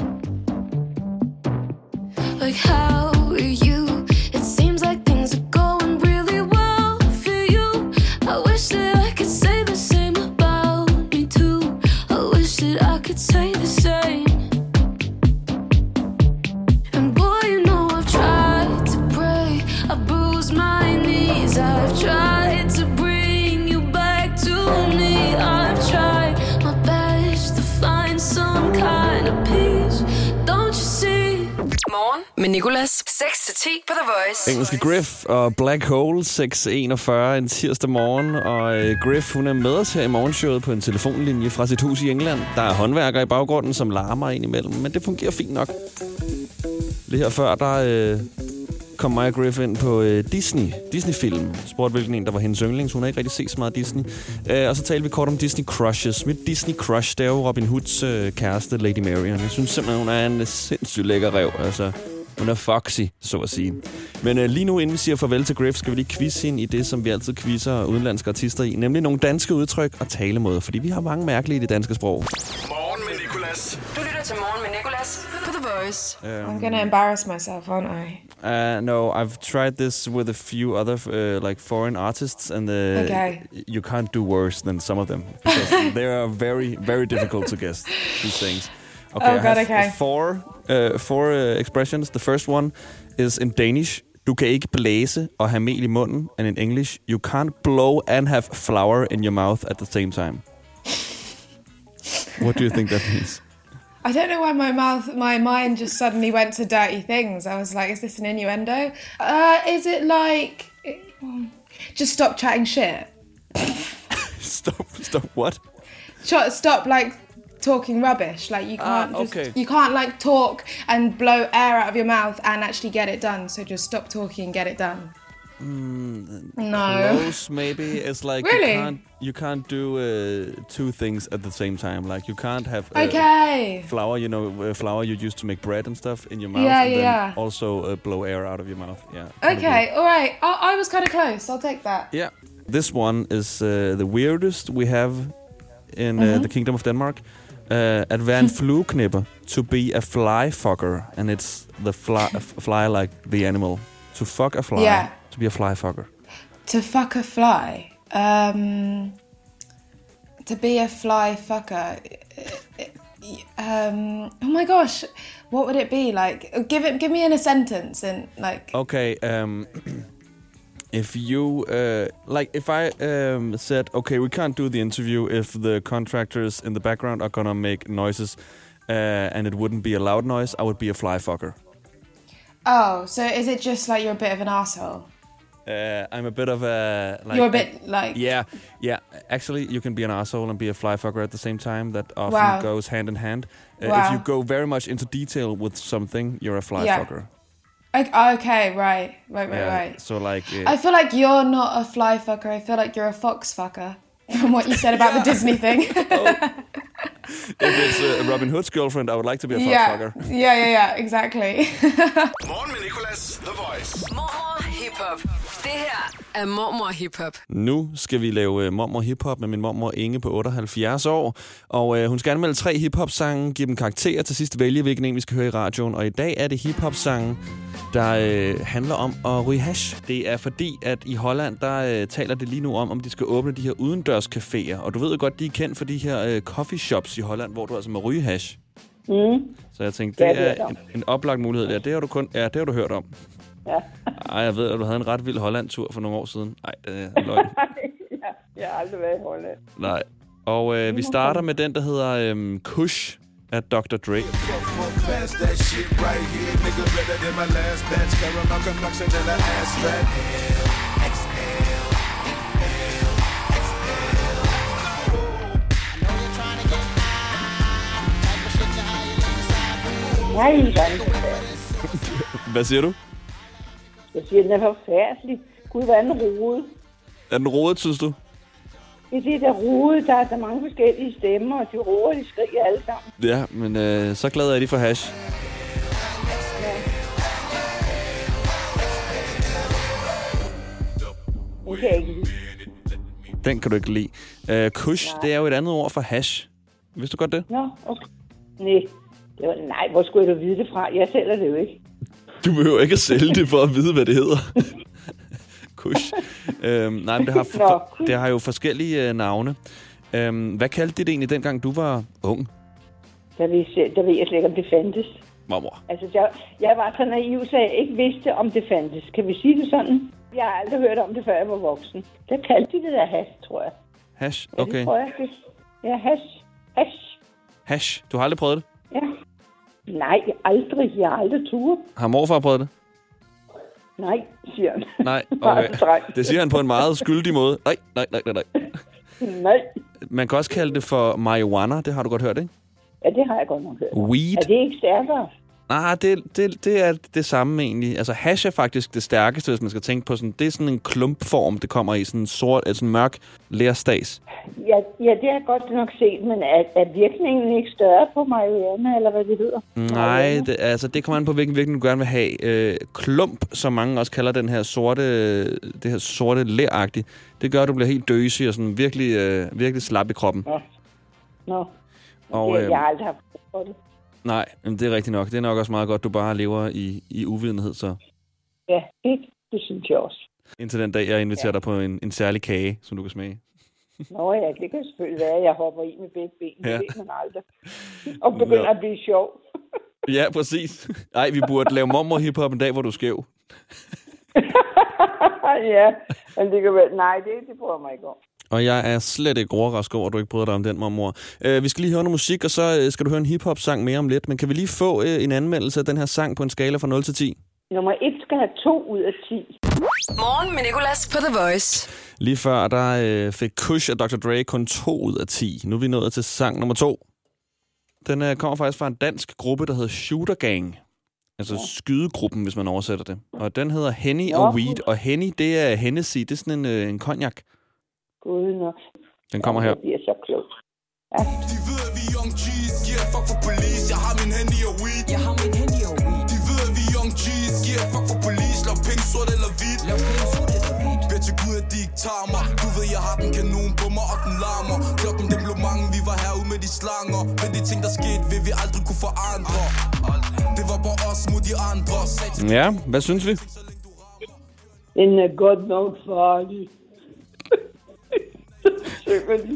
Like, how are you? It seems like things are going really well for you. I wish that I could say the same about me too. I wish that I could say the same. And boy, you know I've tried to pray. I bruised my knees. I've tried to bring you back to me. I've tried my best to find some kind of peace. Don't you see? Morgen med Nicolas. seks til ti på The Voice. Engelske Griff og Black Hole, seks enogfyrre en tirsdag morgen. Og øh, Griff, hun er med os her i morgenshowet på en telefonlinje fra sit hus i England. Der er håndværkere i baggrunden, som larmer ind imellem, men det fungerer fint nok. Lige her før, der øh, kom mig og Griff ind på øh, Disney. Disney-film. Spurgte, hvilken en, der var hendes yndlings. Hun har ikke rigtig set så meget Disney. Øh, og så talte vi kort om Disney Crushes. Mit Disney Crush, det er jo Robin Hoods øh, kæreste, Lady Marian. Jeg synes simpelthen, hun er en sindssygt lækker rev. Altså, hun er foxy, så at sige. Men øh, lige nu, inden vi siger farvel til Griff, skal vi lige quizze hende i det, som vi altid quizzer udenlandske artister i. Nemlig nogle danske udtryk og talemåder. Fordi vi har mange mærkelige i det danske sprog. Morgen med Nicolas. Du lytter til Morgen med Nicolas på The Voice. Um, I'm gonna embarrass myself, aren't I? Uh, no, I've tried this with a few other uh, like foreign artists, and uh, Okay. you can't do worse than some of them because they are very, very difficult to guess these things. Okay, Oh I God, have okay. four, uh, four uh, expressions. The first one is in Danish. Du kan ikke blæse og have mel i munden, and in English, you can't blow and have flour in your mouth at the same time. What do you think that means? I don't know why my mouth, my mind just suddenly went to dirty things. I was like, is this an innuendo? Uh, is it like, just stop chatting shit? Stop, stop what? Ch- Stop like talking rubbish. Like you Ah, can't just, okay. you can't like talk and blow air out of your mouth and actually get it done. So just stop talking and get it done. Mm, No. Close, maybe. It's like Really? you can't you can't do uh, two things at the same time. Like you can't have uh, Okay. flour, you know, uh, flour you use to make bread and stuff in your mouth, Yeah, and yeah, then yeah. also uh, blow air out of your mouth. Yeah. kinda Okay. All right. I, I was kind of close. I'll take that. weird. Yeah. This one is uh, the weirdest we have in uh, Mhm. the Kingdom of Denmark. Uh, at være en flueknipper, to be a fly fucker, and it's the fly, f- fly like the animal. To fuck a fly, Yeah. to be a fly fucker. To fuck a fly. Um, to be a fly fucker. Um, oh my gosh, what would it be like? Give it. Give me in a sentence and like. Okay, um, if you, uh, like, if I um, said, okay, we can't do the interview if the contractors in the background are gonna make noises uh, and it wouldn't be a loud noise, I would be a fly fucker. Oh, so is it just like you're a bit of an asshole? Uh, I'm a bit of a... Like, You're a bit like- Yeah, yeah. Actually, you can be an asshole and be a fly fucker at the same time. That often Wow. goes hand in hand. Uh, Wow. If you go very much into detail with something, you're a fly Yeah. fucker. Okay, okay, right, right, right, Yeah, right. so like... Uh, I feel like you're not a fly fucker. I feel like you're a fox fucker from what you said about the Disney thing. If it's uh, Robin Hood's girlfriend, I would like to be a yeah. fucker. Yeah, yeah, yeah, exactly. Morgen med Nicolas, The Voice. Mormor Hip-Hop. Det her er Mormor Hip-Hop. Nu skal vi lave uh, mormor hiphop med min mormor Inge på otteoghalvfjerds år. Og uh, hun skal anmelde tre hiphop-sange, give dem karakterer, til sidst vælge, hvilken en vi skal høre i radioen. Og i dag er det hiphop-sange, der uh, handler om at ryge hash. Det er fordi, at i Holland, der uh, taler det lige nu om, om de skal åbne de her udendørscaféer. Og du ved jo godt, de er kendt for de her uh, coffee shops i Holland, hvor du altså må ryge hash. Mm. Så jeg tænkte, det er en, en oplagt mulighed der. Det har du kun, ja, det har du hørt om. Ja. Ej, jeg ved, at du havde en ret vild Holland-tur for nogle år siden. Nej, det er løgn. ja, jeg har aldrig været i Holland. Nej. Og øh, vi starter med den, der hedder øhm, Kush af doktor Dre. Nej, Hvad siger du? jeg siger, den er forfærdelig. Gud, hvad er den rodet? Er den rodet, synes du? Det er det der rodet, der er så mange forskellige stemmer, og de roer, de skriger alle sammen. Ja, men øh, så glad er de for hash. Den kan jeg ikke lide. Den kan du ikke lide. Øh, Kush, det er jo et andet ord for hash. Vidste du godt det? Nå, okay. Nej. Det var, nej, hvor skulle du vide det fra? Jeg sælger det jo ikke. Du behøver ikke at sælge det for at vide, hvad det hedder. Kush. Øhm, nej, men det har, for, det har jo forskellige øh, navne. Øhm, hvad kaldte det egentlig, dengang du var ung? Der ved, jeg, der ved jeg slet ikke, om det fandtes. Mormor. Altså, jeg, jeg var så naiv, så jeg ikke vidste, om det fandtes. Kan vi sige det sådan? Jeg har aldrig hørt om det, før jeg var voksen. Der kaldte de det der hash, tror jeg. Hash, Ja, okay. det tror jeg. Det. Ja, hash. Hash. Hash. Du har aldrig prøvet det? Ja. Nej, aldrig. Jeg har aldrig turet. Har morfar prøvet det? Nej, siger han. Nej, okay. Det siger han på en meget skyldig måde. Nej, nej, nej, nej, nej. Nej. Man kan også kalde det for marijuana. Det har du godt hørt, ikke? Ja, det har jeg godt nok hørt. Weed. Er det ikke stærkere? Ah, det, det, det er det samme egentlig. Altså hash er faktisk det stærkeste, hvis man skal tænke på sådan. Det er sådan en klumpform, det kommer i sådan en sort, altså en mørk lerstads. Ja, ja, det har jeg godt nok set, men er, er virkningen ikke større på marijuana, eller hvad det hedder? Nej, det, altså det kommer an på, hvilken virkning du gerne vil have. Øh, klump, som mange også kalder den her sorte, det her sorte leragtige, det gør, at du bliver helt døsig og sådan virkelig, øh, virkelig slap i kroppen. Ja. Nå, og, det, øh, jeg har aldrig haft for det. Nej, men det er rigtigt nok. Det er nok også meget godt, du bare lever i, i uvidenhed, så. Ja, det, det synes jeg også. Indtil den dag, jeg inviterer ja. dig på en, en særlig kage, som du kan smage. Nå ja, det kan selvfølgelig være, at jeg hopper i med begge ben. Det Ja. ved man aldrig. Og begynder Nå. at blive sjov. Ja, præcis. Ej, vi burde lave mormor hiphop en dag, hvor du er skæv. Ja, men det kan være... Nej, det, det prøver jeg mig ikke om. Og jeg er slet ikke overrasket over, at du ikke bryder dig om den, mormor. Uh, vi skal lige høre noget musik, og så uh, skal du høre en hiphop-sang mere om lidt. Men kan vi lige få uh, en anmeldelse af den her sang på en skala fra nul til ti? Nummer et skal have to ud af ti. Morgen med Nicolas på The Voice. Lige før, der uh, fik Kush af doktor Dre kun to ud af ti. Nu er vi nået til sang nummer to. Den uh, kommer faktisk fra en dansk gruppe, der hedder Shooter Gang. Altså ja. skydegruppen, hvis man oversætter det. Og den hedder Henny og Weed. Og Henny, det er Hennessy. Det er sådan en, uh, en cognac. Gud nok. Den kommer her. Det bliver så klogt. Ja. De ved, at vi er young cheese, giver fuck for police. Jeg har min Henny og weed. Jeg har min Henny og weed. De ved, at vi er young cheese, giver fuck for police. Lav penge sort eller hvidt. Lav penge sort eller hvidt. Bed til Gud, at de ikke tager mig. Du ved, jeg har den kanon på mig, og den larmer. Klokken, den blev mange, vi var herude med de slanger. Men de ting, der skete, vil vi aldrig kunne forandre. Det var bare os mod de andre. Ja, hvad synes vi? Den er godt nok farlig. Synger de.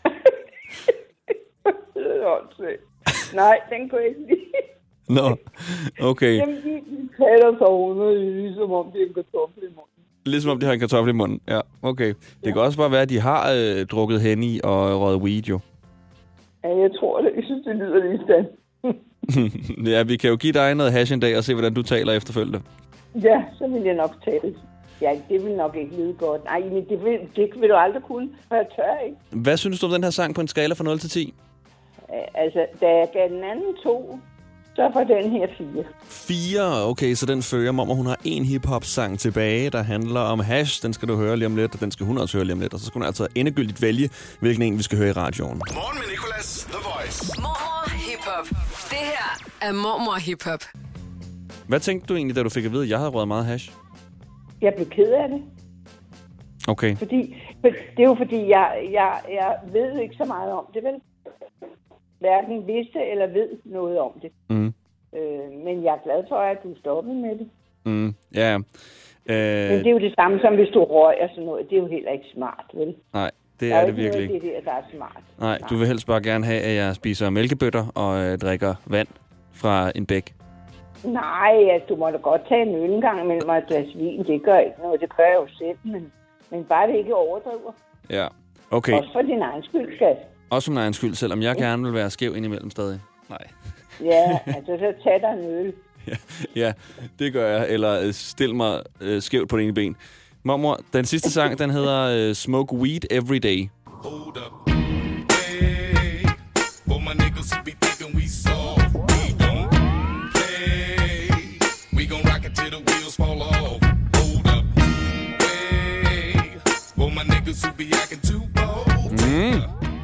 Nej, den kunne jeg ikke lide. Nå, okay. Jamen, de, de taler så underligt, ligesom om det er en kartoffel i munden. Ligesom om de har en kartoffel i munden. Ja, okay. Det ja. kan også bare være, at de har øh, drukket Henny og røget weed, jo. Ja, jeg tror det. Jeg synes, det lyder lige stand. Ja, vi kan jo give dig noget hash en dag og se, hvordan du taler efterfølgende. Ja, så vil jeg nok tage det. Ja, det vil nok ikke lyde godt. Nej, men det vil, det vil du aldrig kunne, for jeg tør ikke. Hvad synes du om den her sang på en skala fra nul til ti? Altså, da jeg gav den anden to, Så får den her fire. Fire? Okay, så den fører Mormor. Hun har en hiphop-sang tilbage, der handler om hash. Den skal du høre lige om lidt, og den skal hun også høre lige om lidt. Og så skal hun altså endegyldigt vælge, hvilken en vi skal høre i radioen. Morgen med Nicolas, The Voice. Mormor Hip-Hop. Det her er Mormor Hip-Hop. Hvad tænkte du egentlig, da du fik at vide, at jeg havde røget meget hash? Jeg blev ked af det. Okay. Fordi, for, det er jo fordi, jeg, jeg, jeg ved ikke så meget om det, vel? Hverken vidste eller ved noget om det. Mm. Øh, men jeg er glad for, at du stoppede med det. Mm. Ja. Øh... Men det er jo det samme som, hvis du røger sådan noget. Det er jo heller ikke smart, vel? Nej, det der er, er det virkelig ikke. ikke. Det er det, der er smart. Nej, du vil helst bare gerne have, at jeg spiser mælkebøtter og øh, drikker vand fra en bæk. Nej, altså, du må da godt tage en øl en gang imellem og et glas vin. Det gør ikke noget. Det gør jeg jo selv, men, men bare det ikke overdriver. Ja, okay. Også for din egen skyld, skat. Også for min egen skyld, selvom jeg gerne vil være skæv indimellem stadig. Nej. Ja, altså så tag dig en øl. ja, ja, det gør jeg. Eller stil mig øh, skævt på det ene ben. Mormor, den sidste sang, den hedder øh, Smoke Weed Every Day. Hold up. Hey, for my niggas who be thinking we soft. We don't play. We gon' rock it till the wheels fall off. Hold up. Hey, for my niggas who be acting too bold. Mm.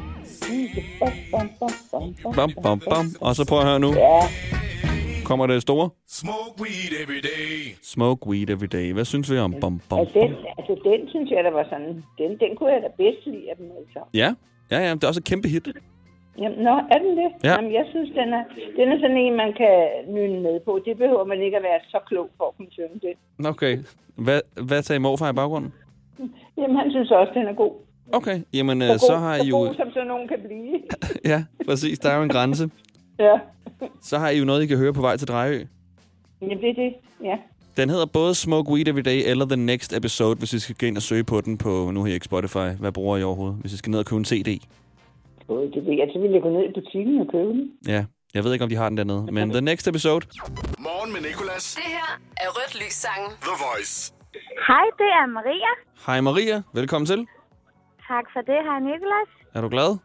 Bam, bam, bam. Og så prøv at høre nu. Ja. Kommer det store? Smoke weed every day. Smoke weed every day. Hvad synes vi om bam, bam, altså, den, altså, den synes jeg, der var sådan... Den, den kunne jeg da bedst lide af dem, altså. Ja, ja, ja. Det er også et kæmpe hit. Jamen, nå, er den det? Ja. Jamen, jeg synes, den er, den er sådan en, man kan nynne med på. Det behøver man ikke at være så klog for at kunne synge det. Okay. Hvad, hvad tager morfar i baggrunden? Jamen, han synes også, den er god. Okay, jamen så, god, så har I så jo... god, som sådan nogen kan blive. Ja, præcis. Der er jo en grænse. Ja. Så har I jo noget, I kan høre på vej til Drejø. Jamen, det er det, ja. Den hedder både Smoke Weed Every Day eller The Next Episode, hvis I skal gå ind og søge på den på, nu har jeg ikke Spotify. Hvad bruger I overhovedet? Hvis I skal ned og købe en C D. Det ved jeg, så vil jeg gå ned i butikken og købe den. Ja, jeg ved ikke, om de har den dernede. Men The Next Episode. Morgen med Nicolas. Det her er Rødt Lys sangen. The Voice. Hej, det er Maria. Hej Maria, velkommen til. Tak for det. Hej Nicolas. Er du glad?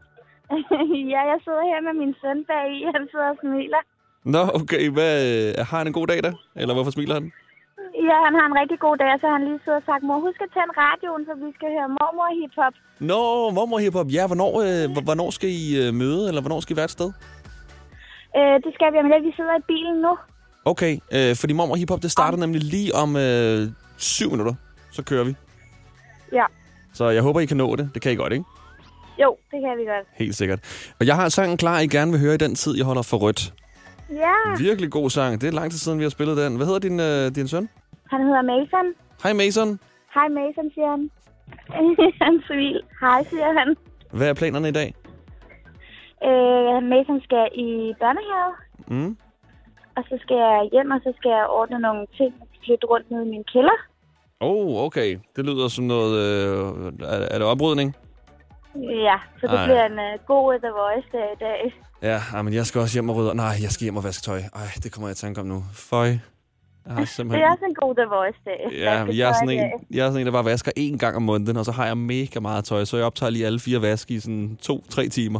Ja, jeg sidder her med min søn bag i. Han sidder og smiler. Nå, okay. Hvad, har han en god dag da? Eller hvorfor smiler han? Ja, han har en rigtig god dag, så han lige sidder og sagt, mor, husk at tænde radioen, så vi skal høre Mormor Hip-Hop. Nå, Mormor Hip-Hop. Ja, hvornår, øh, hvornår skal I øh, møde, eller hvornår skal I være et sted? Øh, det skal vi, men vi sidder i bilen nu. Okay, øh, fordi Mormor Hip-Hop, det starter nemlig lige om øh, syv minutter. Så kører vi. Ja. Så jeg håber, I kan nå det. Det kan I godt, ikke? Jo, det kan vi godt. Helt sikkert. Og jeg har sangen klar, I gerne vil høre i den tid, jeg holder for rødt. Ja. Virkelig god sang. Det er lang tid siden, vi har spillet den. Hvad hedder din, øh, din søn? Han hedder Mason. Hej Mason. Hej Mason, siger han. Han smil. Hej, siger han. Hvad er planerne i dag? Øh, Mason skal i børnehave. Mm. Og så skal jeg hjem, og så skal jeg ordne nogle ting og flytte rundt ned i min kælder. Oh, okay. Det lyder som noget... Øh, er, er det oprydning? Ja, så det Ej. bliver en uh, god The Voice dag i dag. Ja, men jeg skal også hjem og rydde. Nej, jeg skal hjem og vaske tøj. Ej, det kommer jeg at tænke om nu. Føj. Jeg har simpelthen... Det er også en god The Voice-dag. Ja, jeg er, sådan en, jeg er sådan en, der bare vasker én gang om måneden, og så har jeg mega meget tøj, så jeg optager lige alle fire vaske i sådan to-tre timer.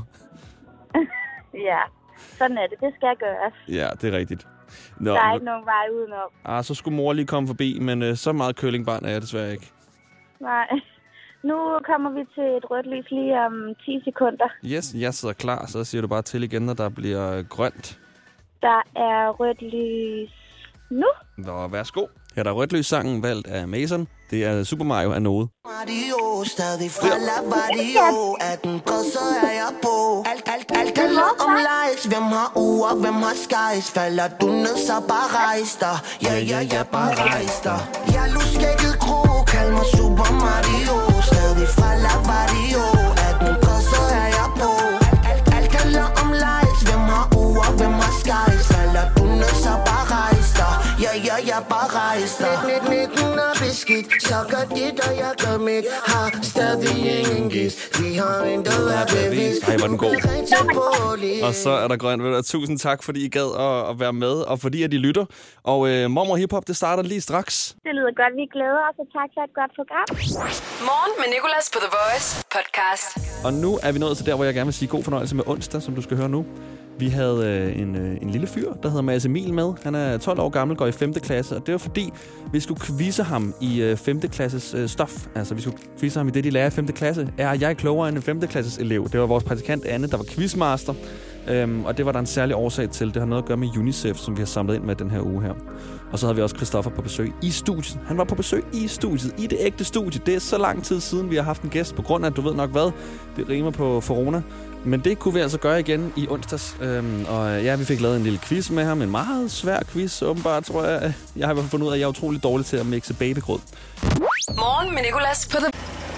Ja, sådan er det. Det skal gøres. Ja, det er rigtigt. Nå, der er ikke nogen vej udenom. Ah, så skulle mor lige komme forbi, men øh, så meget curlingbarn er jeg desværre ikke. Nej. Nu kommer vi til et rødt lys lige om ti sekunder. Yes, jeg sidder klar, så siger du bare til igen, når der bliver grønt. Der er rødt lys nu. Nå, værsgo. Her er der rødt lys sangen, valgt af Mason. Det er Super Mario af Node. Mario, stadig fra Lavario. Er den godt, så er jeg på. Alt, alt, alt handler om likes. Hvem har uger, hvem har skies? Falder du ned, så bare rejs dig. Ja, ja, ja, bare rejs dig. Jeg luskækket kro, kald mig Super Mario. Stadig fra Lavario. Er den godt, så er jeg på. Alt, alt, alt handler om likes. Hvem har uger, hvem har skies? Falder du ned, så bare rejs dig. Ja, ja, ja, bare rejs dig. nitten er beskidt, så gør dit, og jeg gør mit. Har stadig ingen gis. Vi har intet at bevis. Ej, var den god. Og så er der grønt. Tusind tak, fordi I gad at, at være med, og fordi at I lytter. Og øh, Mormor Hip-Hop, det starter lige straks. Det lyder godt. Vi glæder os, og tak for et godt program. Morgen med Nicolas på The Voice podcast. Og nu er vi nået til der, hvor jeg gerne vil sige god fornøjelse med onsdag, som du skal høre nu. Vi havde øh, en, øh, en lille fyr, der hedder Mads Emil med. Han er tolv år gammel, går i femte klasse, og det var fordi, vi skulle quizze ham i øh, femte klasses øh, stof. Altså, vi skulle quizze ham i det, de lærer i femte klasse. Er jeg klogere end en femte klasses elev? Det var vores praktikant Anne, der var quizmaster. Øhm, og det var der en særlig årsag til. Det har noget at gøre med UNICEF, som vi har samlet ind med den her uge her. Og så havde vi også Christoffer på besøg i studiet. Han var på besøg i studiet, i det ægte studie. Det er så lang tid siden, vi har haft en gæst, på grund af, at du ved nok hvad, det rimer på corona. Men det kunne vi altså gøre igen i onsdags. Øhm, og ja, vi fik lavet en lille quiz med ham. En meget svær quiz, åbenbart, tror jeg. Jeg har i hvert fald fundet ud af, at jeg er utrolig dårlig til at mixe babygrød. Morgen med Nicolas på The...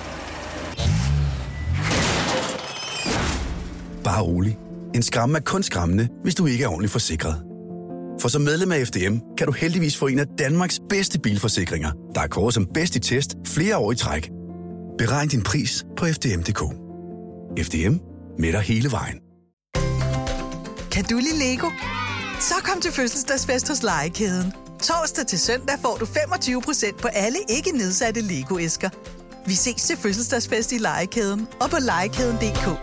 Bare rolig. En skræmme er kun skræmmende, hvis du ikke er ordentligt forsikret. For som medlem af F D M kan du heldigvis få en af Danmarks bedste bilforsikringer, der er kåret som bedst i test flere år i træk. Beregn din pris på f d m punktum d k. F D M med dig hele vejen. Kan du lide Lego? Så kom til fødselsdagsfest hos Legekæden. Torsdag til søndag får du femogtyve procent på alle ikke nedsatte Lego-æsker. Vi ses til fødselsdagsfest i Legekæden og på legekæden punktum d k.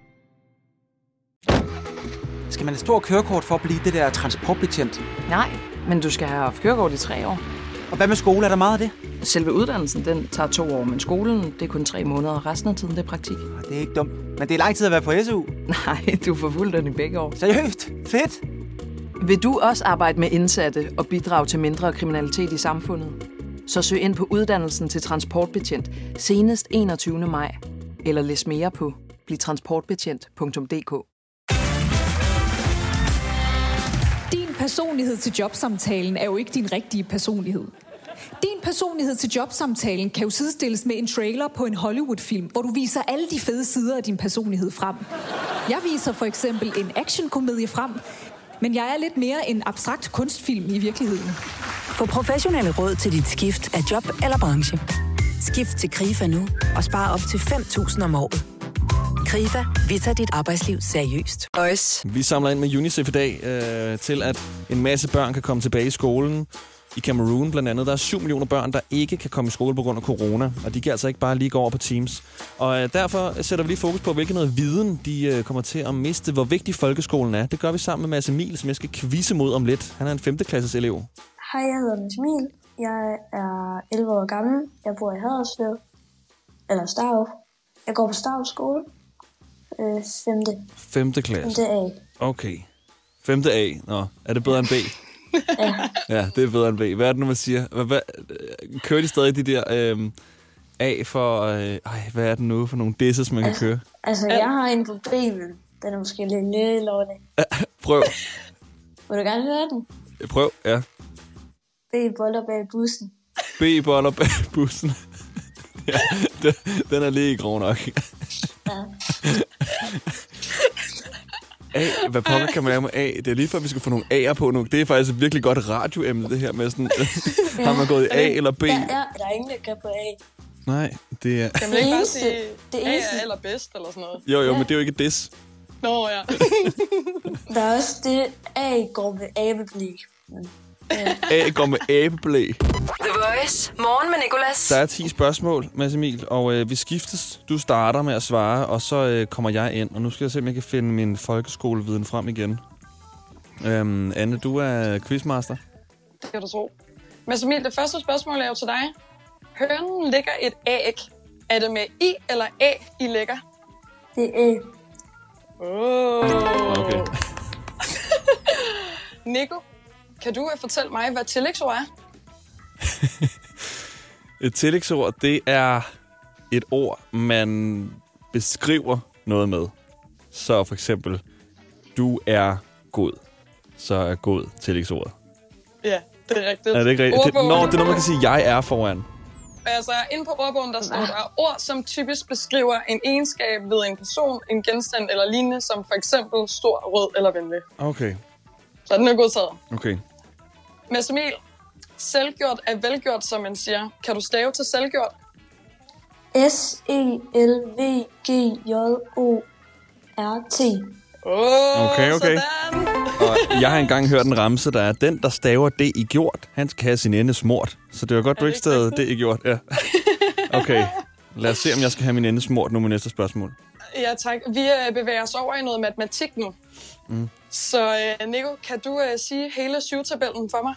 Skal man have stor kørekort for at blive det der transportbetjent? Nej, men du skal have haft kørekort i tre år. Og hvad med skole? Er der meget af det? Selve uddannelsen, den tager to år, men skolen, det er kun tre måneder, og resten af tiden, det er praktik. Det er ikke dumt. Men det er lang tid at være på S U. Nej, du får fuldt den i begge år. Seriøst? Fedt! Vil du også arbejde med indsatte og bidrage til mindre kriminalitet i samfundet? Så søg ind på uddannelsen til transportbetjent senest enogtyvende maj. Eller læs mere på bliv transportbetjent punktum d k. Din personlighed til jobsamtalen er jo ikke din rigtige personlighed. Din personlighed til jobsamtalen kan jo sidestilles med en trailer på en Hollywood-film, hvor du viser alle de fede sider af din personlighed frem. Jeg viser for eksempel en actionkomedie frem, men jeg er lidt mere en abstrakt kunstfilm i virkeligheden. Få professionelle råd til dit skift af job eller branche. Skift til Krifa nu og spar op til fem tusind om året. Krifa, vi tager dit arbejdsliv seriøst. Nice. Vi samler ind med UNICEF i dag øh, til, at en masse børn kan komme tilbage i skolen. I Cameroon blandt andet. Der er syv millioner børn, der ikke kan komme i skole på grund af corona. Og de kan altså ikke bare lige gå over på Teams. Og øh, derfor sætter vi lige fokus på, hvilken noget viden de øh, kommer til at miste. Hvor vigtig folkeskolen er. Det gør vi sammen med Mads Emil, som jeg skal quizze mod om lidt. Han er en femte klasses elev. Hej, jeg hedder Mads Emil. Jeg er elleve år gammel. Jeg bor i Haderslev. Eller Starup. Jeg går på Starup skole. Øh, femte. Femte klasse. Femte A. Okay. Femte A. Nå, er det bedre end B? Ja. Ja, det er bedre end B. Hvad er det nu, man siger? Hvad, hvad, kører de stadig de der øh, A for... Øh, ej, hvad er det nu for nogle disses, man altså, kan køre? Altså, jeg har en på B, men den er måske lidt lille. Prøv. Vil du gerne høre den? Prøv, ja. B-boller bag bussen. B-boller bag bussen. Ja, den, den er lige grov nok. Ja. A, hvad pokker kan man lave med A? Det er lige før, vi skal få nogle A'er på nu. Det er faktisk et virkelig godt radioemne, det her med sådan... Ja. Har man gået i A eller B? Ja, ja, der er ingen, der kan på A. Nej, det er... Kan man ikke bare sige, det A eneste. er allerbedst eller sådan noget? Jo, jo, Ja. men det er jo ikke dis. Nå, ja. Der er også det, A går med abeblik. A går med æbeblæ. The Voice. Morgen med Nicolas. Der er ti spørgsmål, Mads Emil, og øh, vi skiftes. Du starter med at svare, og så øh, kommer jeg ind. Og nu skal jeg se, om jeg kan finde min folkeskoleviden frem igen. Øhm, Anne, du er quizmaster. Det kan du tro. Men Emil, det første spørgsmål er jo til dig. Hønen lægger et æg. Er det med I eller A, I lægger? Det er A. Oh. Okay. Nico, kan du fortælle mig, hvad tillægsord er? Et tillægsord, det er et ord, man beskriver noget med. Så for eksempel, du er god. Så er god tillægsordet. Ja, det er rigtigt. Er det ikke rigtigt? Det, Ordbogen. nå, det er noget, man kan sige, jeg er foran. Altså, inde på ordbogen, der står der ord, som typisk beskriver en egenskab ved en person, en genstand eller lignende, som for eksempel stor, rød eller venlig. Okay, Så den er godtaget. okay. Mads Emil, selvgjort er velgjort, som man siger. Kan du stave til selvgjort? S E L V G J O R T. Oh, Okay, okay. Sådan. Og jeg har engang hørt en ramse, der er den, der staver det i gjort. Han skal have sin ende smurt. Så det var godt, du ikke stavede det i gjort. Ja. Okay, lad os se, om jeg skal have min ende smurt nu med næste spørgsmål. Ja, tak. Vi øh, bevæger os over i noget matematik nu. Mm. Så øh, Nico, kan du øh, sige hele syv-tabellen for mig?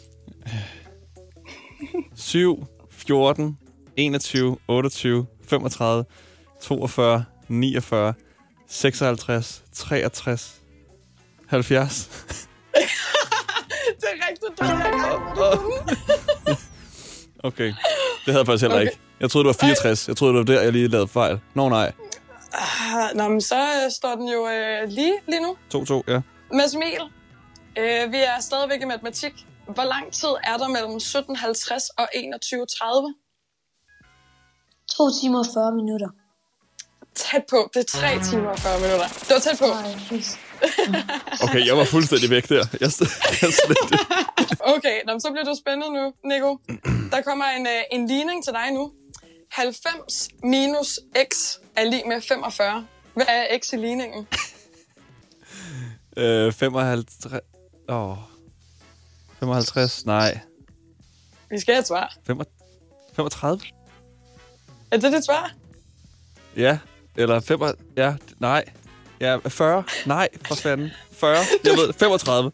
syv, fjorten, enogtyve, otteogtyve, femogtredive, toogfyrre, niogfyrre, seksoghalvtreds, treogtres, halvfjerds. Det er rigtigt, du har Okay, det havde jeg faktisk heller Okay. ikke. Jeg troede, det var fireogtres. Jeg troede, det var der, jeg lige lavede fejl. Nå nej. Ah, Nå, men så øh, står den jo øh, lige lige nu. to to, ja. Mads Emil, øh, vi er stadigvæk i matematik. Hvor lang tid er der mellem sytten halvtreds og enogtyve tredive? To timer og fyrre minutter. Tæt på. Det er tre timer og fyrre minutter. Det var tæt på. Okay, jeg var fuldstændig væk der. Jeg stod, jeg stod Okay, nå, så bliver du spændende nu, Nico. Der kommer en, øh, en ligning til dig nu. halvfems minus x er lig med femogfyrre. Hvad er x i ligningen? øh, femoghalvtreds... Åh... Oh. femoghalvtreds? Nej. Vi skal have et svar. femogtredive? Er det dit svar? Ja. Eller fem... Ja, nej. Ja, fyrre? Nej, for fanden. fyrre? Jeg ved, femogtredive.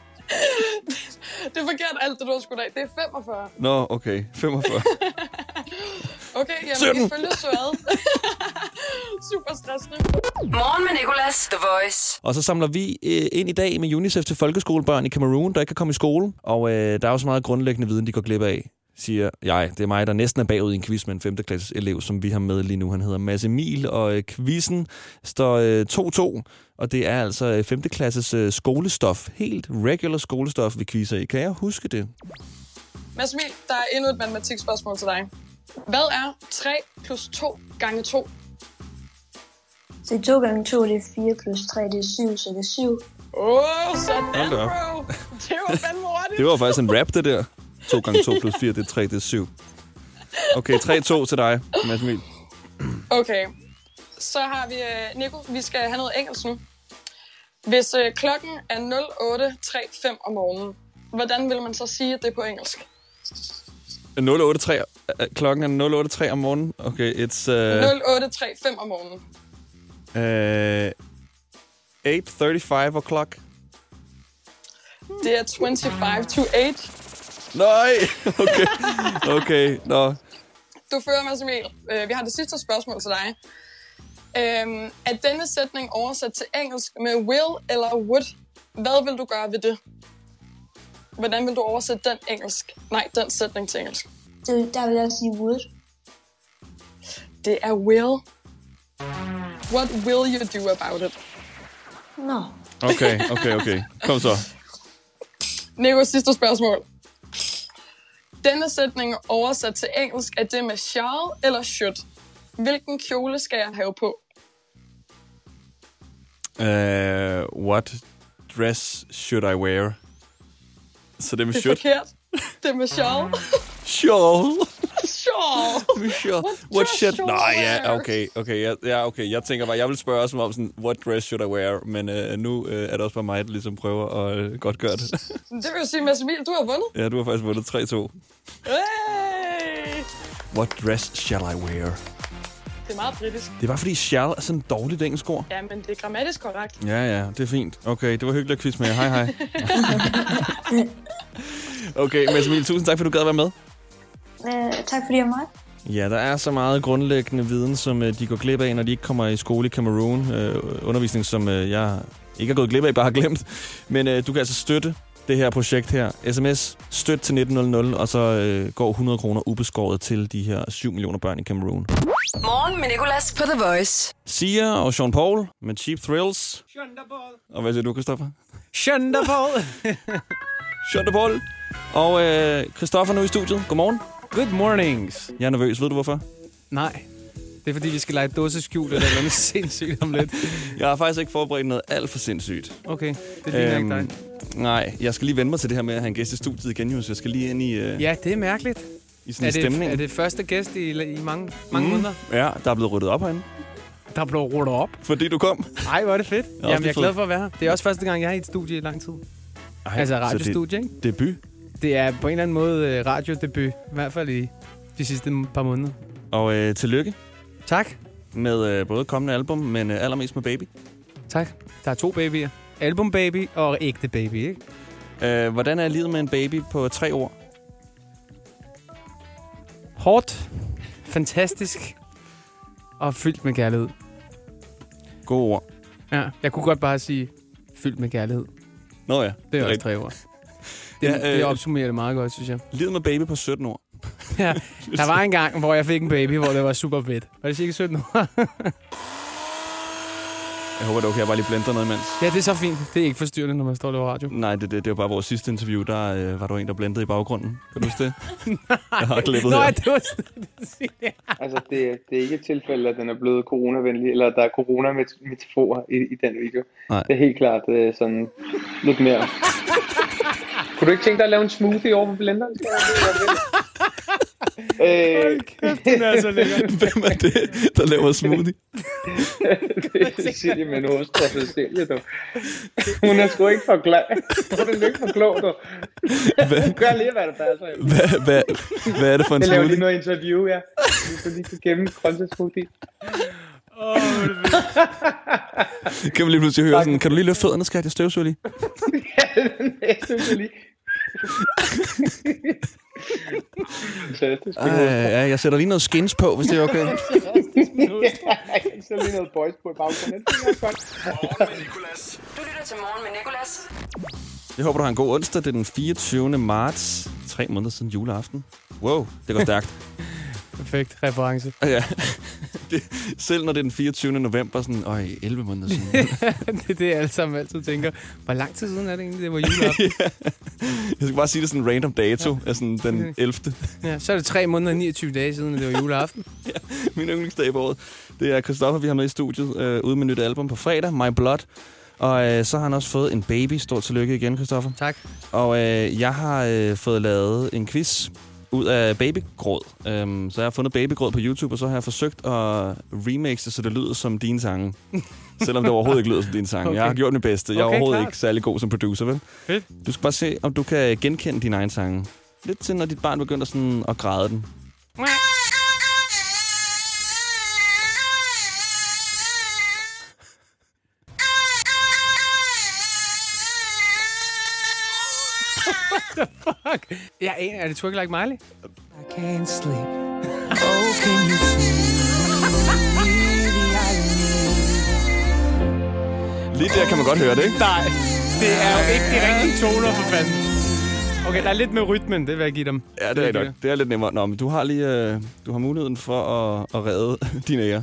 Det er forkert alt, det du har skudt af. Det er femogfyrre. Nå, okay. femogfyrre. Okay, jamen sytten. vi følger så ad. Super stressende. Morgen med Nicolas, The Voice. Og så samler vi øh, ind i dag med UNICEF til folkeskolebørn i Cameroon, der ikke kan komme i skole. Og øh, der er jo så meget grundlæggende viden, de går glip af, siger jeg. Det er mig, der næsten er bagud i en quiz med en femte klasses elev, som vi har med lige nu. Han hedder Mads Emil, og øh, quizzen står øh, to to. Og det er altså øh, femte klasses øh, skolestof. Helt regular skolestof, vi quizzer i. Kan jeg huske det? Mads Emil, der er endnu et matematikspørgsmål til dig. Hvad er tre plus to gange to? Så to gange to, det er fire plus tre, det er syv, så det er syv. Åh, oh, sådan, Hold da op. bro. Det var fandme hurtigt. Det var faktisk en rap, det der. to gange to plus fire, det er tre, det er syv. Okay, tre to til dig, Mads Emil. Okay, så har vi uh, Nico. Vi skal have noget engelsk nu. Hvis uh, klokken er nul otte tredive-fem om morgenen, hvordan vil man så sige det på engelsk? nul otte tre. Klokken er nul otte tre om morgenen. Okay, it's... Uh, nul otte tredive-fem om morgenen. Uh, eight thirty-five o'clock. Det er tyve to otte. Nej! Okay, okay, nå. Du fører, Mads Emil. Uh, vi har det sidste spørgsmål til dig. Um, er denne sætning oversat til engelsk med will eller would? Hvad vil du gøre ved det? Hvordan vil du oversætte den engelsk? Nej, den sætning til engelsk. Det, der vil jeg sige would. Det er will. What will you do about it? Nå. Okay, okay, okay. Kom så. Nico, sidste spørgsmål. Denne sætning oversat til engelsk, er det med shall eller should? Hvilken kjole skal jeg have på? Uh, what dress should I wear? Så det er med Det er should? forkert. Det er med shall. Shawl. Shawl. Shawl. What should... Nej, ja, okay, okay, ja, ja, okay. Jeg tænker bare, jeg vil spørge også om sådan, what dress should I wear? Men uh, nu uh, er det også bare mig, der ligesom prøver at uh, godt gøre det. Det vil jo sige, Mads Emil, du har vundet. Ja, du har faktisk vundet tre to. Hey! What dress shall I wear? Det er meget britisk. Det er bare fordi shall er sådan et dårligt engelsk ord. Ja, men det er grammatisk korrekt. Ja, ja, det er fint. Okay, det var hyggeligt at quiz med jer. Hej, hej. Okay, Mads Emil, tusind tak, for du gad at være med. Øh, tak fordi jeg var med. Ja, der er så meget grundlæggende viden, som uh, de går glip af, når de ikke kommer i skole i Cameroon. Uh, undervisning, som uh, jeg ikke har gået glip af, bare har glemt. Men uh, du kan altså støtte det her projekt her. sms støt til nitten hundrede, og så uh, går hundrede kroner ubeskåret til de her syv millioner børn i Cameroon. Morgen med Nicolas på The Voice. Sia og Sean Paul med Cheap Thrills. Og hvad siger du, Christoffer? Sean Paul. Sean Paul. Og øh, Christoffer nu i studiet. Godmorgen. Good mornings. Jeg er nervøs. Ved du hvorfor? Nej. Det er fordi, vi skal lege dåseskjul eller noget sindssygt om lidt. Jeg har faktisk ikke forberedt noget alt for sindssygt. Okay, det ligner øhm, ikke dig. Nej, jeg skal lige vende mig til det her med at have en gæst i studiet igen, jo, så jeg skal lige ind i... Øh, ja, det er mærkeligt. I sådan er en stemning. Det, er det første gæst i, i mange, mange mm. måneder? Ja, der er blevet ryddet op herinde. Der er blevet ryddet op? Fordi du kom. Ej, hvor er det fedt. Jeg Jamen, jeg er glad for at være her. Det er også første gang, jeg er i et studie i lang tid. Ej, altså radiostudie, ikke? Debut? Det er på en eller anden måde radiodebut. I hvert fald i de sidste par måneder. Og øh, tillykke. Tak. med øh, både kommende album, men øh, allermest med Baby. Tak. Der er to babyer. Album Baby og ægte baby, ikke? Øh, hvordan er livet med en baby på tre ord? Hårdt, fantastisk og fyldt med kærlighed. Gode ord. Ja, jeg kunne godt bare sige fyldt med kærlighed. Nå ja. Det er også tre ord. Det, ja, øh, det opsummerer det meget godt, synes jeg. Livet med baby på sytten år. Ja, der var en gang, hvor jeg fik en baby, hvor det var super fedt. Var det cirka sytten år? Jeg håber, det er okay, jeg bare lige blender noget imens. Ja, det er så fint. Det er ikke forstyrrende, når man står og laver radio. Nej, det, det, det var bare vores sidste interview. Der øh, var der en, der blendede i baggrunden. Kan du huske det? Jeg har glippet Nå, her. det var Altså, det, det er ikke et tilfælde, at den er blevet coronavenlig, eller der er corona-metaforer i, i den video. Nej. Det er helt klart øh, sådan lidt mere. Kunne du ikke tænke dig at lave en smoothie over på blenderen? Hold kæft, den er så lækker. Hvem er det, der laver smoothie? Det er Silje med en ost og Cecilie, du. Hun er sgu ikke for glad. Hun er ikke for klog, du. Hun gør lige, hvad der passer. Hvad, hvad, hvad er det for en smoothie? Jeg laver lige smoothie? noget interview, ja. Vi skal lige kunne gemme grøntsagssmoothie. Åh, Kan vi lige pludselig høre sådan, kan du lige løfte fødderne, skat? Jeg støvsuger lige. Ja, jeg støvsuger lige. Ej, ja, jeg sætter lige noget skins på, hvis det er okay. Jeg sætter lige noget boys på i baggrunden. Morgen med Nicolas. Du lytter til Morgen med Nicolas. Jeg håber, du har en god onsdag. Det er den fireogtyvende marts. Tre måneder siden juleaften. Wow, det går stærkt. Perfekt reference. Ja. Det, selv når det er den fireogtyvende november, sådan, øj, elleve måneder siden. Det er det, alle sammen altid tænker. Hvor lang tid siden er det egentlig, det var juleaften? Ja. Jeg skal bare sige det sådan en random dato, ja. Altså den ellevte Ja, så er det tre måneder og niogtyve dage siden, at det var juleaften. Ja, min yndlingsdag på året. Det er Christoffer, vi har med i studiet, øh, ude med nyt album på fredag, My Blood. Og øh, så har han også fået en baby. Stort tillykke igen, Christoffer. Tak. Og øh, jeg har øh, fået lavet en quiz ud af babygråd. Um, så jeg har fundet babygråd på YouTube, og så har jeg forsøgt at remixe det, så det lyder som dine sange. Selvom det overhovedet ikke lyder som dine sange. Okay. Jeg har gjort mit bedste. Jeg er okay, overhovedet klart. ikke særlig god som producer, vel? Fedt. Du skal bare se, om du kan genkende dine egne sange. Lidt til, når dit barn begynder sådan at græde den. What the fuck? Jeg aner, er det Twerk Like Miley? I can't sleep. Oh, can you see the irony? Lige der kan man godt høre det, ikke? Nej, det er jo ikke de rigtige toner, for fanden. Okay, der er lidt med rytmen, det vil jeg give dem. Ja, det er nok. Det er lidt nemmere. Nå, men du har lige øh, du har muligheden for at, at redde dine ære.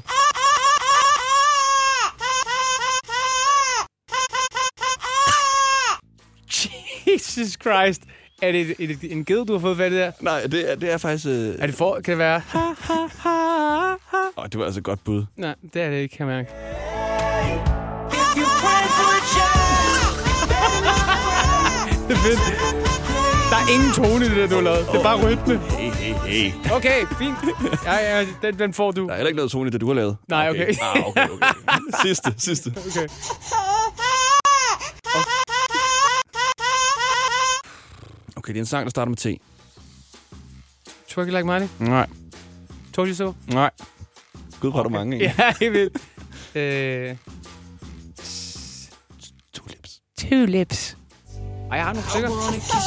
Jesus Christ. Er det, er det en ged, du har fået fat i der? Nej, det er, det er faktisk... Øh... Er det for... Kan det være... Ha, ha, ha, ha. Åh, det var altså et godt bud. Nej, det er det ikke, kan jeg mærke. Det er fedt. Der er ingen tone i det der, du har lavet. Det er bare rytme. Hey, hey, hey. Okay, fint. Ja, ja, den, den får du. Der er heller ikke noget tone i det, du har lavet. Nej, okay. Okay, ah, okay, okay. Sidste, sidste. Okay. Okay, det er en sang, der starter med T. Twerk Like Miley? Nej. Told you so? Nej. Gud, hvor okay. Er der mange, ikke? Ja, jeg ved. øh... Tulips. Tulips. Ej, jeg har nogle stykker.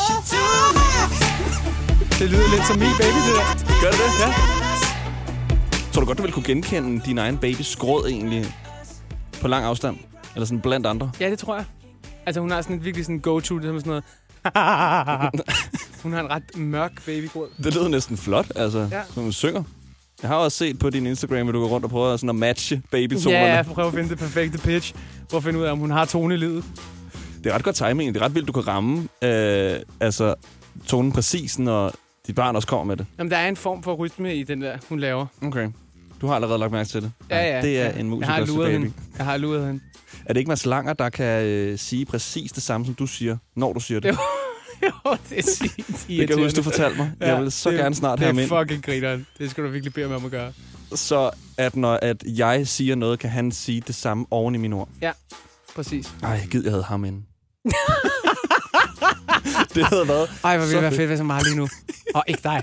Det lyder lidt som min baby, det der. Gør det det? Ja. Tror du godt, du ville kunne genkende din egen babys skråd egentlig på lang afstand? Eller sådan blandt andre? Ja, det tror jeg. Altså, hun har sådan et virkelig sådan go-to, det er sådan noget... Hun har en ret mørk babygråd. Det lyder næsten flot, altså, ja. Som hun synger. Jeg har også set på din Instagram, at du går rundt og prøver sådan at matche babytonerne. Ja, jeg prøver at finde det perfekte pitch. Prøv at finde ud af, om hun har tone i livet. Det er ret godt timing. Det er ret vildt, du kan ramme øh, altså, tonen præcis, når dit barn også kommer med det. Jamen, der er en form for rytme i den der, hun laver. Okay. Du har allerede lagt mærke til det. Ja, ja. Det er ja. en musiker Jeg har luret baby. hende. Jeg har luret hende. Er det ikke Mads Langer, der kan øh, sige præcis det samme, som du siger, når du siger det? Jo, jo det er sygt irriterende. Det kan jeg huske, du fortalte mig. Ja, jeg vil så det, gerne snart have ham ind. Det er fucking grineren. Det skal du virkelig bede mig om at gøre. Så at når at jeg siger noget, kan han sige det samme oven i mine ord. Ja, præcis. Ej, gid, jeg havde ham inde. Det havde været ej, hvor ville det være fedt, hvis jeg var lige nu. Og ikke dig.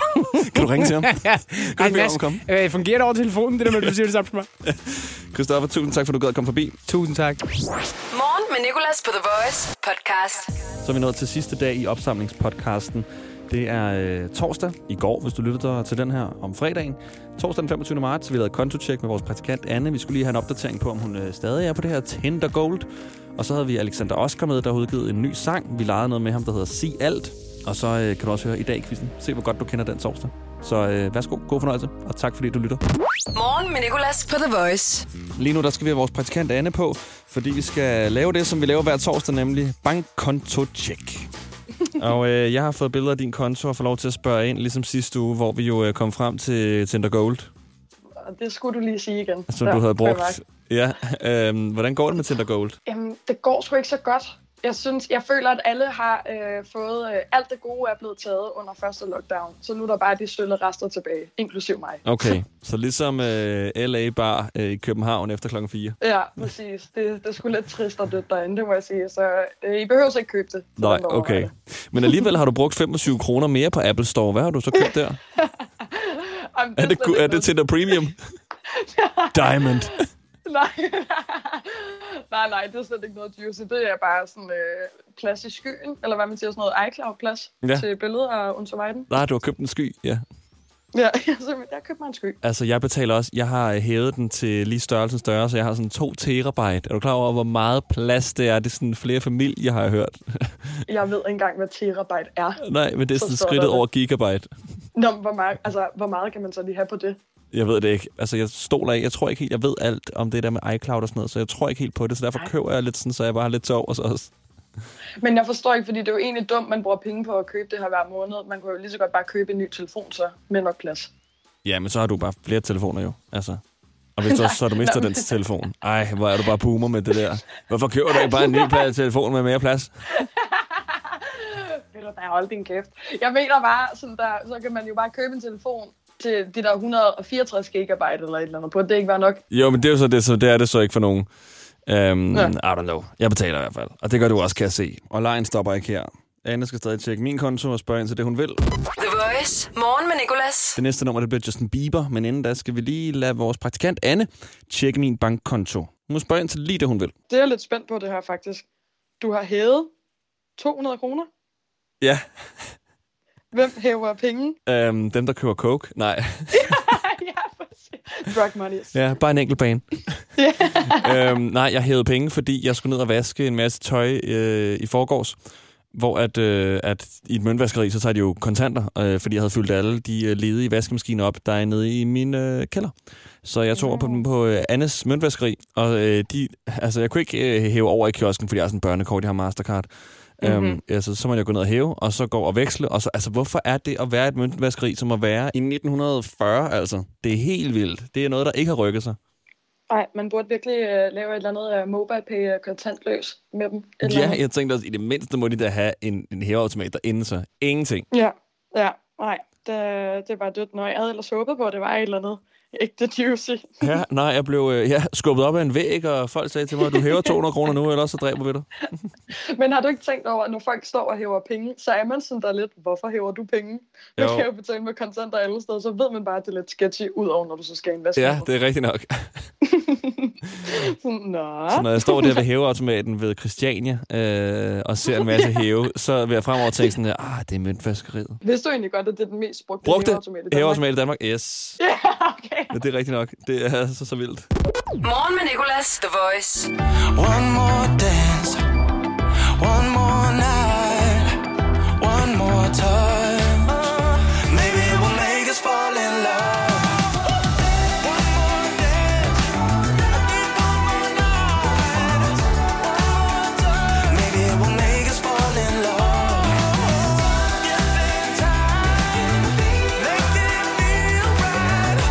Kan du ringe til ham? Ja. Kan du bede ham at komme? Øh, fungerer det over telefonen, det der med, at du siger det samme som mig? Christoffer, tusind tak, for du gad at komme forbi. Tusind tak. Morgen med Nicolas på The Voice podcast. Så er vi nået til sidste dag i opsamlingspodcasten. Det er øh, torsdag i går, hvis du lytter til den her om fredagen. Torsdag den femogtyvende marts. Vi lavede kontotjek med vores praktikant Anne. Vi skulle lige have en opdatering på, om hun øh, stadig er på det her Tinder Gold. Og så havde vi Alexander Oscar med, der har udgivet en ny sang. Vi legede noget med ham, der hedder Sig Alt. Og så øh, kan du også høre i dag i quizzen. Se, hvor godt du kender den torsdag. Så øh, værsgo, god fornøjelse, og tak fordi du lytter. Morgen med Nicolas på The Voice. Lige nu der skal vi have vores praktikant Anne på, fordi vi skal lave det, som vi laver hver torsdag, nemlig bankkonto-check. Og øh, jeg har fået billeder af din konto og får lov til at spørge ind, ligesom sidste uge, hvor vi jo øh, kom frem til Tinder Gold. Det skulle du lige sige igen. Som der, du havde brugt. Ja, øh, hvordan går det med Tinder Gold? Jamen, det går sgu ikke så godt. Jeg synes, jeg føler, at alle har øh, fået... Øh, alt det gode er blevet taget under første lockdown. Så nu er der bare de sølle rester tilbage, inklusiv mig. Okay, så ligesom øh, L A Bar øh, i København efter klokken fire. Ja, præcis. Det, det er sgu lidt trist og dødt derinde, det må jeg sige. Så øh, I behøver ikke købe det. Nej, okay. Men alligevel har du brugt femogtyve kroner mere på Apple Store. Hvad har du så købt der? Jamen, er det, er det Tinder Premium? Diamond. Nej. nej, nej, det er slet ikke noget juicy. Det er bare sådan øh, plads i skyen, eller hvad man siger, sådan noget iCloud-plads ja. til billeder og und så videre. Nej, du har købt en sky, ja. Ja, jeg har købt mig en sky. Altså, jeg betaler også, jeg har hævet den til lige størrelsen større, så jeg har sådan to terabyte. Er du klar over, hvor meget plads det er? Det er sådan flere familier, har jeg hørt. Jeg ved ikke engang, hvad terabyte er. Nej, men det er sådan skridtet over gigabyte. Nå, hvor meget, altså, hvor meget kan man så lige have på det? Jeg ved det ikke. Altså, jeg stoler ikke. Jeg tror ikke helt, jeg ved alt om det der med iCloud og sådan noget, så jeg tror ikke helt på det. Så derfor Ej. køber jeg lidt sådan, så jeg bare har lidt til overs også. Men jeg forstår ikke, fordi det er jo egentlig dumt, man bruger penge på at købe det her hver måned. Man kunne jo lige så godt bare købe en ny telefon, så med nok plads. Ja, men så har du bare flere telefoner jo. Altså. Og hvis du også så du mister den til telefon. Ej, hvor er du bare boomer med det der. Hvorfor køber du ikke bare en ny plads telefon med mere plads? Vil du da holde din kæft. Jeg mener bare, sådan der, så kan man jo bare købe en telefon til de der et hundrede og fireogtres gigabyte eller et eller andet. Burde det ikke være nok? Jo, men det er jo så det, så det er det så ikke for nogen. Um, ja. I don't know. Jeg betaler i hvert fald. Og det gør du også, kan jeg se. Og lejen stopper ikke her. Anne skal stadig tjekke min konto og spørge ind til det, hun vil. The Voice. Morgen med Nicolas. Det næste nummer, det bliver Justin Bieber. Men inden da skal vi lige lade vores praktikant Anne tjekke min bankkonto. Hun må spørge ind til lige det, hun vil. Det er jeg lidt spændt på, det her faktisk. Du har hævet to hundrede kroner? Ja. Hvem hæver penge? Um, dem, der køber coke? Nej. Drug monies. Ja, bare en enkelt bane. øhm, nej, jeg hævede penge, fordi jeg skulle ned og vaske en masse tøj øh, i forgårs. Hvor at, øh, at i et møntvaskeri, så tager de jo kontanter, øh, fordi jeg havde fyldt alle de øh, ledige vaskemaskiner op, der er nede i min øh, kælder. Så jeg tog mm. på dem på øh, Annes møntvaskeri, og øh, de, altså, jeg kunne ikke øh, hæve over i kiosken, fordi jeg har sådan en børnekort, jeg har Mastercard. Mm-hmm. Øhm, altså, så må jeg gå ned og hæve, og så gå og veksle. Og så, altså, hvorfor er det at være et møntvaskeri, som at være i nitten fyrre, altså? Det er helt vildt. Det er noget, der ikke har rykket sig. Nej, man burde virkelig uh, lave et eller andet uh, mobile pay uh, kontantløs med dem. Ja, jeg tænkte også, i det mindste må de da have en, en hæveautomat, der ender sig. Ingenting. Ja, ja, nej. Det, det er bare dødt. Når jeg havde ellers håbet på, at det var et eller andet ægte juicy. Ja, nej, jeg blev øh, ja, skubbet op af en væg, og folk sagde til mig, at du hæver to hundrede kroner nu, eller så dræber vi dig. Men har du ikke tænkt over, at når folk står og hæver penge, så er man sådan der lidt, hvorfor hæver du penge? Du kan jo betale med kontanter alle steder, så ved man bare, at det er lidt sketchy, udover når du så skal investere. Ja, det er rigtigt nok. sådan, nå. Så når jeg står der ved hæveautomaten ved Christiania øh, og ser en masse hæve, så vil jeg fremover tænke sådan, ah, det er møntvaskeriet. Vidste du egentlig godt, at det er den mest brugte Brugte hæveautomat i Danmark? Hæveautomat i Danmark? Yes. Ja, okay. Ja, det er rigtigt nok. Det er så, så vildt. Morgen med Nicolas, The Voice. One more dance, one more night, one more time. Maybe it will make us fall in love. One more dance, one more night, one more time. Maybe it will make us fall in love. Give it time, make it feel right.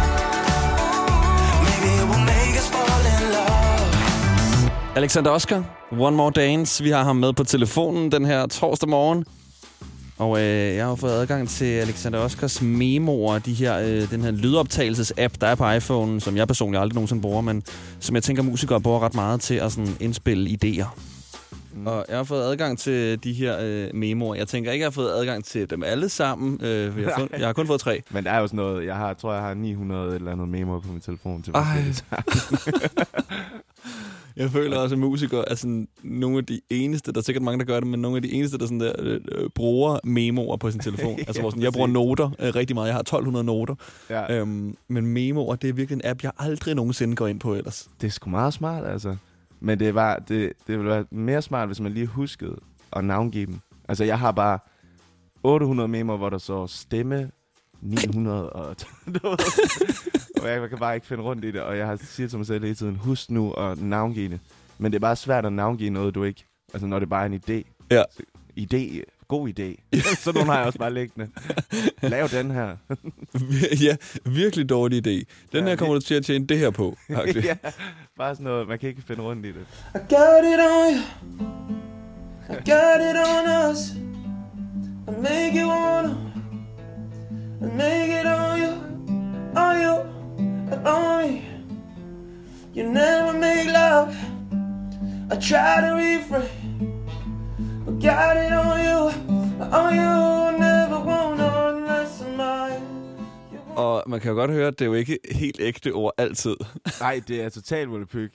Maybe it will make us fall in love. Alexander Oscar, One More Dance. Vi har ham med på telefonen den her torsdag morgen. Og øh, jeg har fået adgang til Alexander Oscars memoer, de her, øh, den her lydoptagelses-app, der er på iPhone, som jeg personligt aldrig nogensinde bruger, men som jeg tænker musikere bruger ret meget til at sådan indspille idéer. Mm. Og jeg har fået adgang til de her øh, memoer. Jeg tænker ikke, jeg har fået adgang til dem alle sammen. Øh, jeg, har fået, jeg har kun fået tre. Men der er jo sådan noget, jeg har, tror, jeg har ni hundrede eller andet memoer på min telefon. Til Jeg føler også, at musikere er sådan nogle af de eneste, der er sikkert mange, der gør det, men nogle af de eneste, der sådan der, øh, bruger memoer på sin telefon. ja, altså, hvor sådan, jeg bruger noter øh, rigtig meget. Jeg har tolv hundrede noter. Ja. Øhm, men memoer, det er virkelig en app, jeg aldrig nogensinde går ind på ellers. Det er sgu meget smart, altså. Men det, var, det, det ville være mere smart, hvis man lige huskede at navngive dem. Altså, jeg har bare otte hundrede memoer, hvor der så stemme ni hundrede og... og jeg kan bare ikke finde rundt i det, og jeg har siger til mig selv hele tiden, husk nu at navngive det. Men det er bare svært at navngive noget, du ikke... Altså, når det bare er en idé. Ja. Så, idé. God idé. Så nogle har jeg også bare liggende. Lav den her. ja, virkelig dårlig idé. Den ja, her kommer du til at tjene det her på. ja, bare sådan noget, man kan ikke finde rundt i det. I got it on you. I got it on us. I make it wanna. I make it on you. On you. And on me. You never make love. I try to refrain. But got it on you. On you. Never want unless I'm mine. Og man kan jo godt høre, at det er jo ikke helt ægte ord altid. Nej, det er totalt volapyk.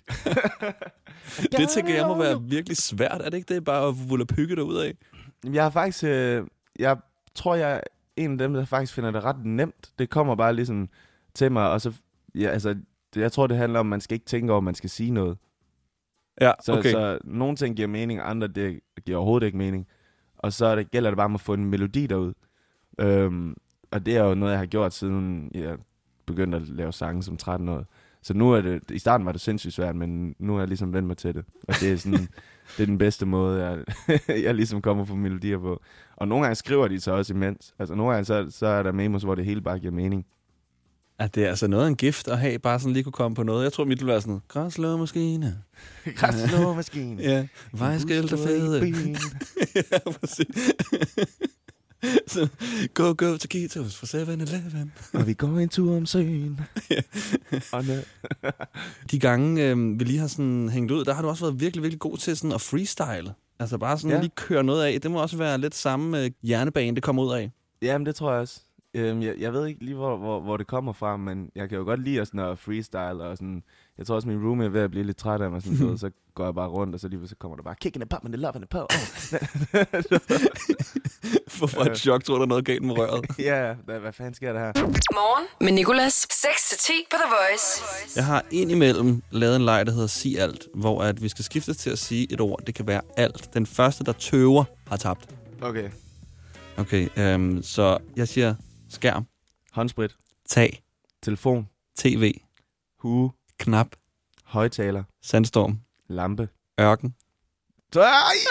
Det tænker jeg må være virkelig svært. Er det ikke det, bare at volapykke derudad? Jeg har faktisk... Øh, jeg tror, jeg er en af dem, der faktisk finder det ret nemt. Det kommer bare ligesom til mig, og så... Ja, altså, det, jeg tror, det handler om, at man skal ikke tænke over, at man skal sige noget. Ja, så, okay. Så nogle ting giver mening, andre det giver overhovedet ikke mening. Og så det, gælder det bare om at få en melodi derud. Øhm, og det er jo noget, jeg har gjort, siden jeg begyndte at lave sange som tretten-årig. Så nu er det... I starten var det sindssygt svært, men nu har jeg ligesom vendt mig til det. Og det er sådan... det er den bedste måde, jeg, jeg ligesom kommer på melodier på. Og nogle gange skriver de så også imens. Altså nogle gange, så, så er der memos, hvor det hele bare giver mening. At det er altså noget af en gift at have, bare sådan lige kunne komme på noget. Jeg tror, mit ville være sådan, græslåmaskine. Græslåmaskine. Ja, vejskilt og fede. Ja, præcis. Så, go, go, taquitos fra seven eleven. Og vi går en tur om søen. De gange, øh, vi lige har sådan hængt ud, der har du også været virkelig, virkelig god til sådan at freestyle. Altså bare sådan ja. lige køre noget af. Det må også være lidt samme øh, hjernebane, det kommer ud af. Jamen, det tror jeg også. Øhm, jeg, jeg ved ikke lige, hvor, hvor, hvor det kommer fra, men jeg kan jo godt lide at, sådan, at freestyle. Og sådan, jeg tror også, min roomie er ved at blive lidt træt af mig. Sådan, så, så går jeg bare rundt, og så lige så kommer der bare kicking it, popping it, loving it, på. Oh. For et chok, tror der er noget galt med røret. Ja, hvad, hvad fanden sker der her? Morgen med Nicolas. seks til ti på The Voice. Jeg har indimellem lavet en leg, der hedder Sig Alt, hvor at vi skal skifte til at sige et ord. Det kan være alt. Den første, der tøver, har tabt. Okay. Okay, øhm, så jeg siger skærm. Håndsprit. Tag. Telefon. tv. Hue. Knap. Højtaler. Sandstorm. Lampe. Ørken. Nej!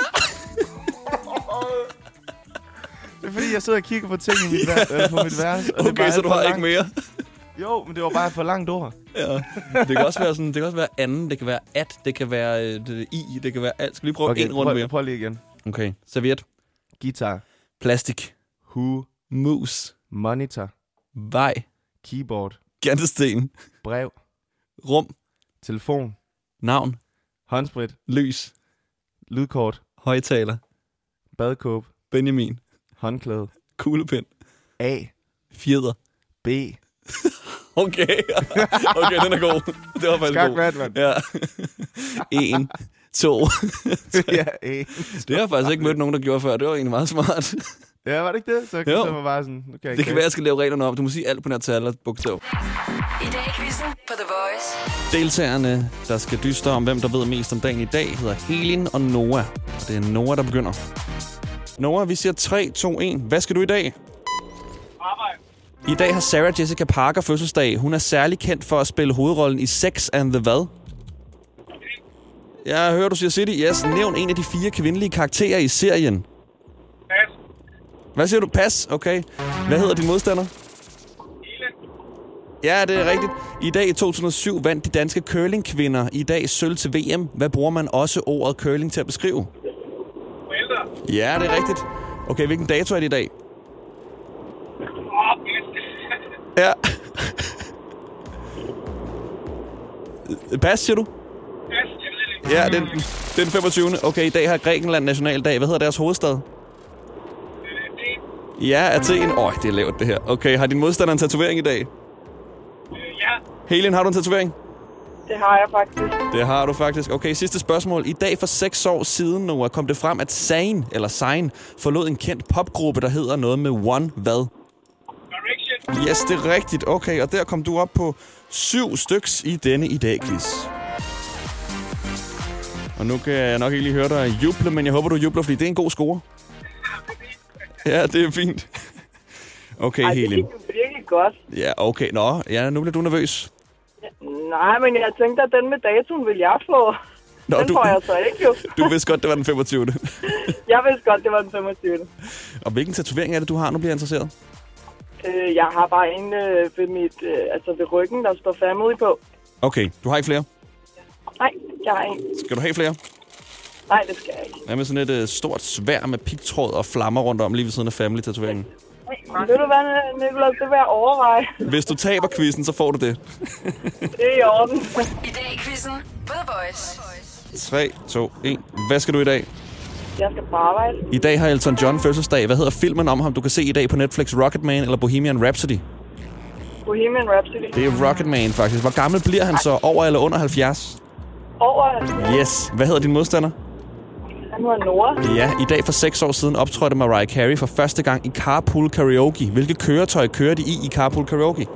Det er fordi, jeg sidder og kigger på ting i mit vær- på mit værelse. Okay, så du har ikke mere? Jo, men det var bare for langt ord. Ja. Det kan også være sådan, det kan også være anden, det kan være at, det kan være øh, det, i, det kan være alt. Skal vi lige prøve okay, en runde prøv, mere? Prøv lige igen. Okay, serviet. Guitar. Plastik. Hue. Mus. Monitor. Vej. Keyboard. Gantesten. Brev. Rum. Telefon. Navn. Håndsprit. Lys. Lydkort. Højtaler. Badekåb. Benjamin. Håndklæde. Kuglepind. A. Fjeder. B. Okay. Okay, den er god. Det var faktisk Skak god. vat, mand. Ja. En. To. Ja, en. Det har jeg faktisk ikke mødt nogen, der gjorde før. Det var egentlig meget smart. Ja, var det ikke det? Så kan jeg bare sådan... Okay, det kan være, at jeg skal lave reglerne om. Du må sige alt på nær tal og bogstav. I dag i quizzen på The Voice. Deltagerne, der skal dyste om, hvem der ved mest om dagen i dag, hedder Helin og Noah. Og det er Noah, der begynder. Noah, vi siger tre, to, et. Hvad skal du i dag? Arbejde. I dag har Sarah Jessica Parker fødselsdag. Hun er særlig kendt for at spille hovedrollen i Sex and the hvad? Jeg hører, du siger City. Yes, nævn en af de fire kvindelige karakterer i serien. Pas. Hvad siger du? Pas? Okay. Hvad hedder din modstander? Ja, det er rigtigt. I dag i to tusind og syv vandt de danske curlingkvinder i dag sølv til V M. Hvad bruger man også ordet curling til at beskrive? Forældre. Ja, det er rigtigt. Okay, hvilken dato er det i dag? Åh, Ja. Pas, siger du? Pas, jeg ved det ikke. Ja, den, den femogtyvende Okay, i dag har Grækenland nationaldag. Hvad hedder deres hovedstad? Ja, Athen. Åh, oh, det er lavt det her. Okay, har din modstander en tatovering i dag? Ja. Helen, har du en tatovering? Det har jeg faktisk. Det har du faktisk. Okay, sidste spørgsmål. I dag for seks år siden, Noah, kom det frem, at Zayn, eller Zayn, forlod en kendt popgruppe, der hedder noget med One hvad? Direction. Yes, det er rigtigt. Okay, og der kom du op på syv styks i denne i dag, quiz. Og nu kan jeg nok ikke lige høre dig juble, men jeg håber, du jubler, fordi det er en god score. Ja, det er fint. Okay, Ej, Helen. det gik virkelig godt. Ja, okay. Nå, ja, nu bliver du nervøs. Nej, men jeg tænkte, at den med datoen vil jeg få. Nå, den du, får jeg så ikke, jo. Du vidste godt, det var den femogtyvende Jeg vidste godt, det var den femogtyvende Og hvilken tatovering er det, du har? Nu bliver jeg interesseret. Øh, jeg har bare en øh, ved, mit, øh, altså ved ryggen, der står family på. Okay, du har ikke flere? Nej, jeg har en. Skal du have flere? Nej, det skal jeg ikke. Hvad med sådan et uh, stort sværd med pigtråd og flammer rundt om lige ved siden af family-tatoveringen? Ved du hvad, Nicolás, det vil jeg overveje. Hvis du taber quizzen, så får du det. Det er i orden. I dag i quizzen på The Voice. tre, to, et Hvad skal du i dag? Jeg skal på arbejde. I dag har Elton John fødselsdag. Hvad hedder filmen om ham, du kan se i dag på Netflix? Rocketman eller Bohemian Rhapsody? Bohemian Rhapsody. Det er Rocketman, faktisk. Hvor gammel bliver han så? Over eller under halvfjerds? Over halvfjerds. Yes. Hvad hedder din modstander? Han hedder Nora. Ja, i dag for seks år siden optrådte Mariah Carey for første gang i Carpool Karaoke. Hvilket køretøj kører de i i Carpool Karaoke? Øh,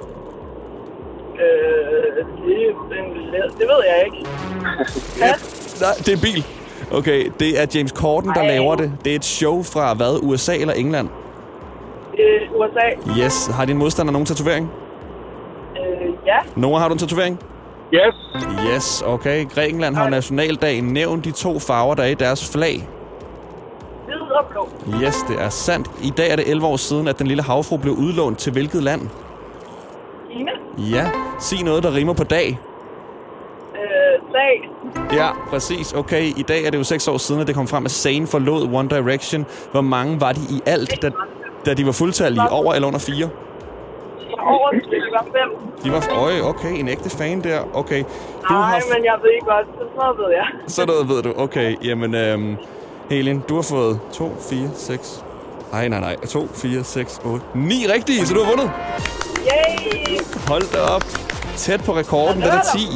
det, det ved jeg ikke. Ja, nej, det er bil. Okay, det er James Corden, der Ej. laver det. Det er et show fra hvad? U S A eller England? Øh, U S A. Yes. Har din modstander nogen tatovering? Øh, ja. Nora, har du en tatovering? Yes. Yes, okay. Grækenland har nationaldag. Nævn de to farver, der er i deres flag. Hvid og blå. Yes, det er sandt. I dag er det elleve år siden, at den lille havfru blev udlånt til hvilket land? Kina. Ja. Sig noget, der rimer på dag. Øh, sag. Ja, præcis. Okay, i dag er det jo seks år siden, at det kom frem, at Zayn forlod One Direction. Hvor mange var de i alt, da, da de var fuldtallige? Over eller under fire? Over, det var fem. De var... Øj, okay, en ægte fan der. Okay. Du Nej, har... men jeg ved ikke godt. Så sådan noget ved jeg. Så noget ved du. Okay, jamen... Øhm, Helen, du har fået to, fire, seks... Nej, nej, nej. to, fire, seks, otte, ni rigtige, så du har vundet. Yay! Hold da op. Tæt på rekorden, den er ti.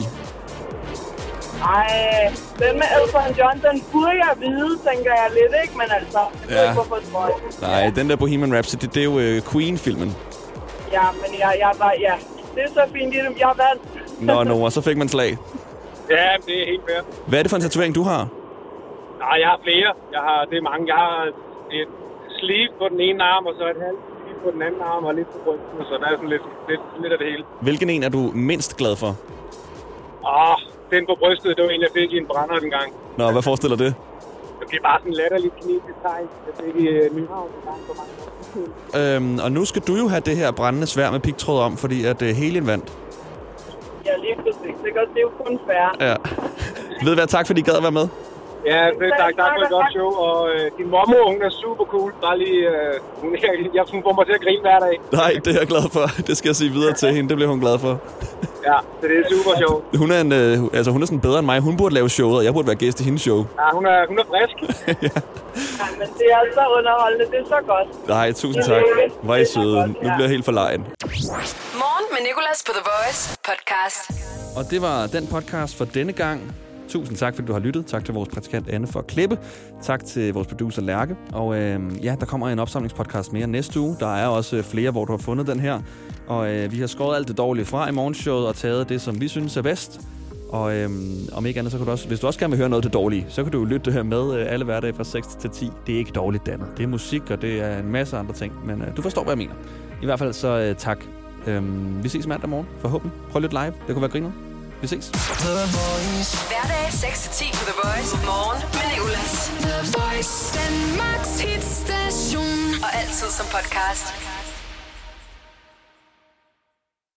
Ej, den med Elton John, den burde jeg vide, tænker jeg lidt, ikke? Men altså, det er Ja. ikke for strøg. Nej, den der Bohemian Rhapsody, det er jo øh, Queen-filmen. Ja, men jeg, jeg var, ja. Det er så fint, at jeg vandt. Nå, Nora, så fik man slag. Ja, det er helt fair. Hvad er det for en tatovering, du har? Nej, jeg har flere. Jeg har, det er mange. Jeg har et sleeve på den ene arm, og så et halvt sleeve på den anden arm, og lidt på brystet. Så der er sådan lidt, lidt, lidt af det hele. Hvilken en er du mindst glad for? Åh, den på brystet, det var en, jeg fik i en brænder dengang. Nå, hvad forestiller det? Det bliver bare sådan latterligt kinesisk tegn. Jeg fik i uh, Nyhavn dengang for mange år. Øhm, og nu skal du jo have det her brændende sværd med pigtråd om, fordi at uh, Helen vandt. Ja, lige præcis. Det er, det er jo kun fair. Ja. Ved du hvad, tak fordi I gad at være med. Ja, det, tak, tak for et godt show. Og øh, din mormor, hun er super cool. Bare lige, øh, hun, jeg, jeg får mig til at grine hver dag. Nej, det er jeg glad for. Det skal jeg sige videre til hende. Det bliver hun glad for. Ja, så det er super sjov. Hun er, en, øh, altså, hun er sådan bedre end mig. Hun burde lave showet, og jeg burde være gæst i hendes show. Ja, hun er, hun er frisk. Ja, men det er så underholdende. Det er så godt. Nej, tusind tak. Hvor er I søde. Nu bliver jeg helt forlegen. Morgen med Nicolás på The Voice podcast. Og det var den podcast for denne gang. Tusind tak, fordi du har lyttet. Tak til vores praktikant Anne for at klippe. Tak til vores producer Lærke. Og øh, ja, der kommer en opsamlingspodcast mere næste uge. Der er også flere, hvor du har fundet den her. Og øh, vi har skåret alt det dårlige fra i morgenshowet og taget det, som vi synes er bedst. Og øh, om ikke andet, så kan du også, hvis du også gerne vil høre noget af det dårlige, så kan du lytte det her med øh, alle hverdage fra seks til ti. Det er ikke dårligt dannet. Det er musik, og det er en masse andre ting. Men øh, du forstår, hvad jeg mener. I hvert fald så øh, tak. Øh, vi ses mandag morgen, forhåbentlig. Prøv lidt live. Det kunne være griner. Vi ses. Hverdag seks til ti på The Voice. Morgen med Nicolás. The Voice. Danmarks hitstation. Og altid som podcast.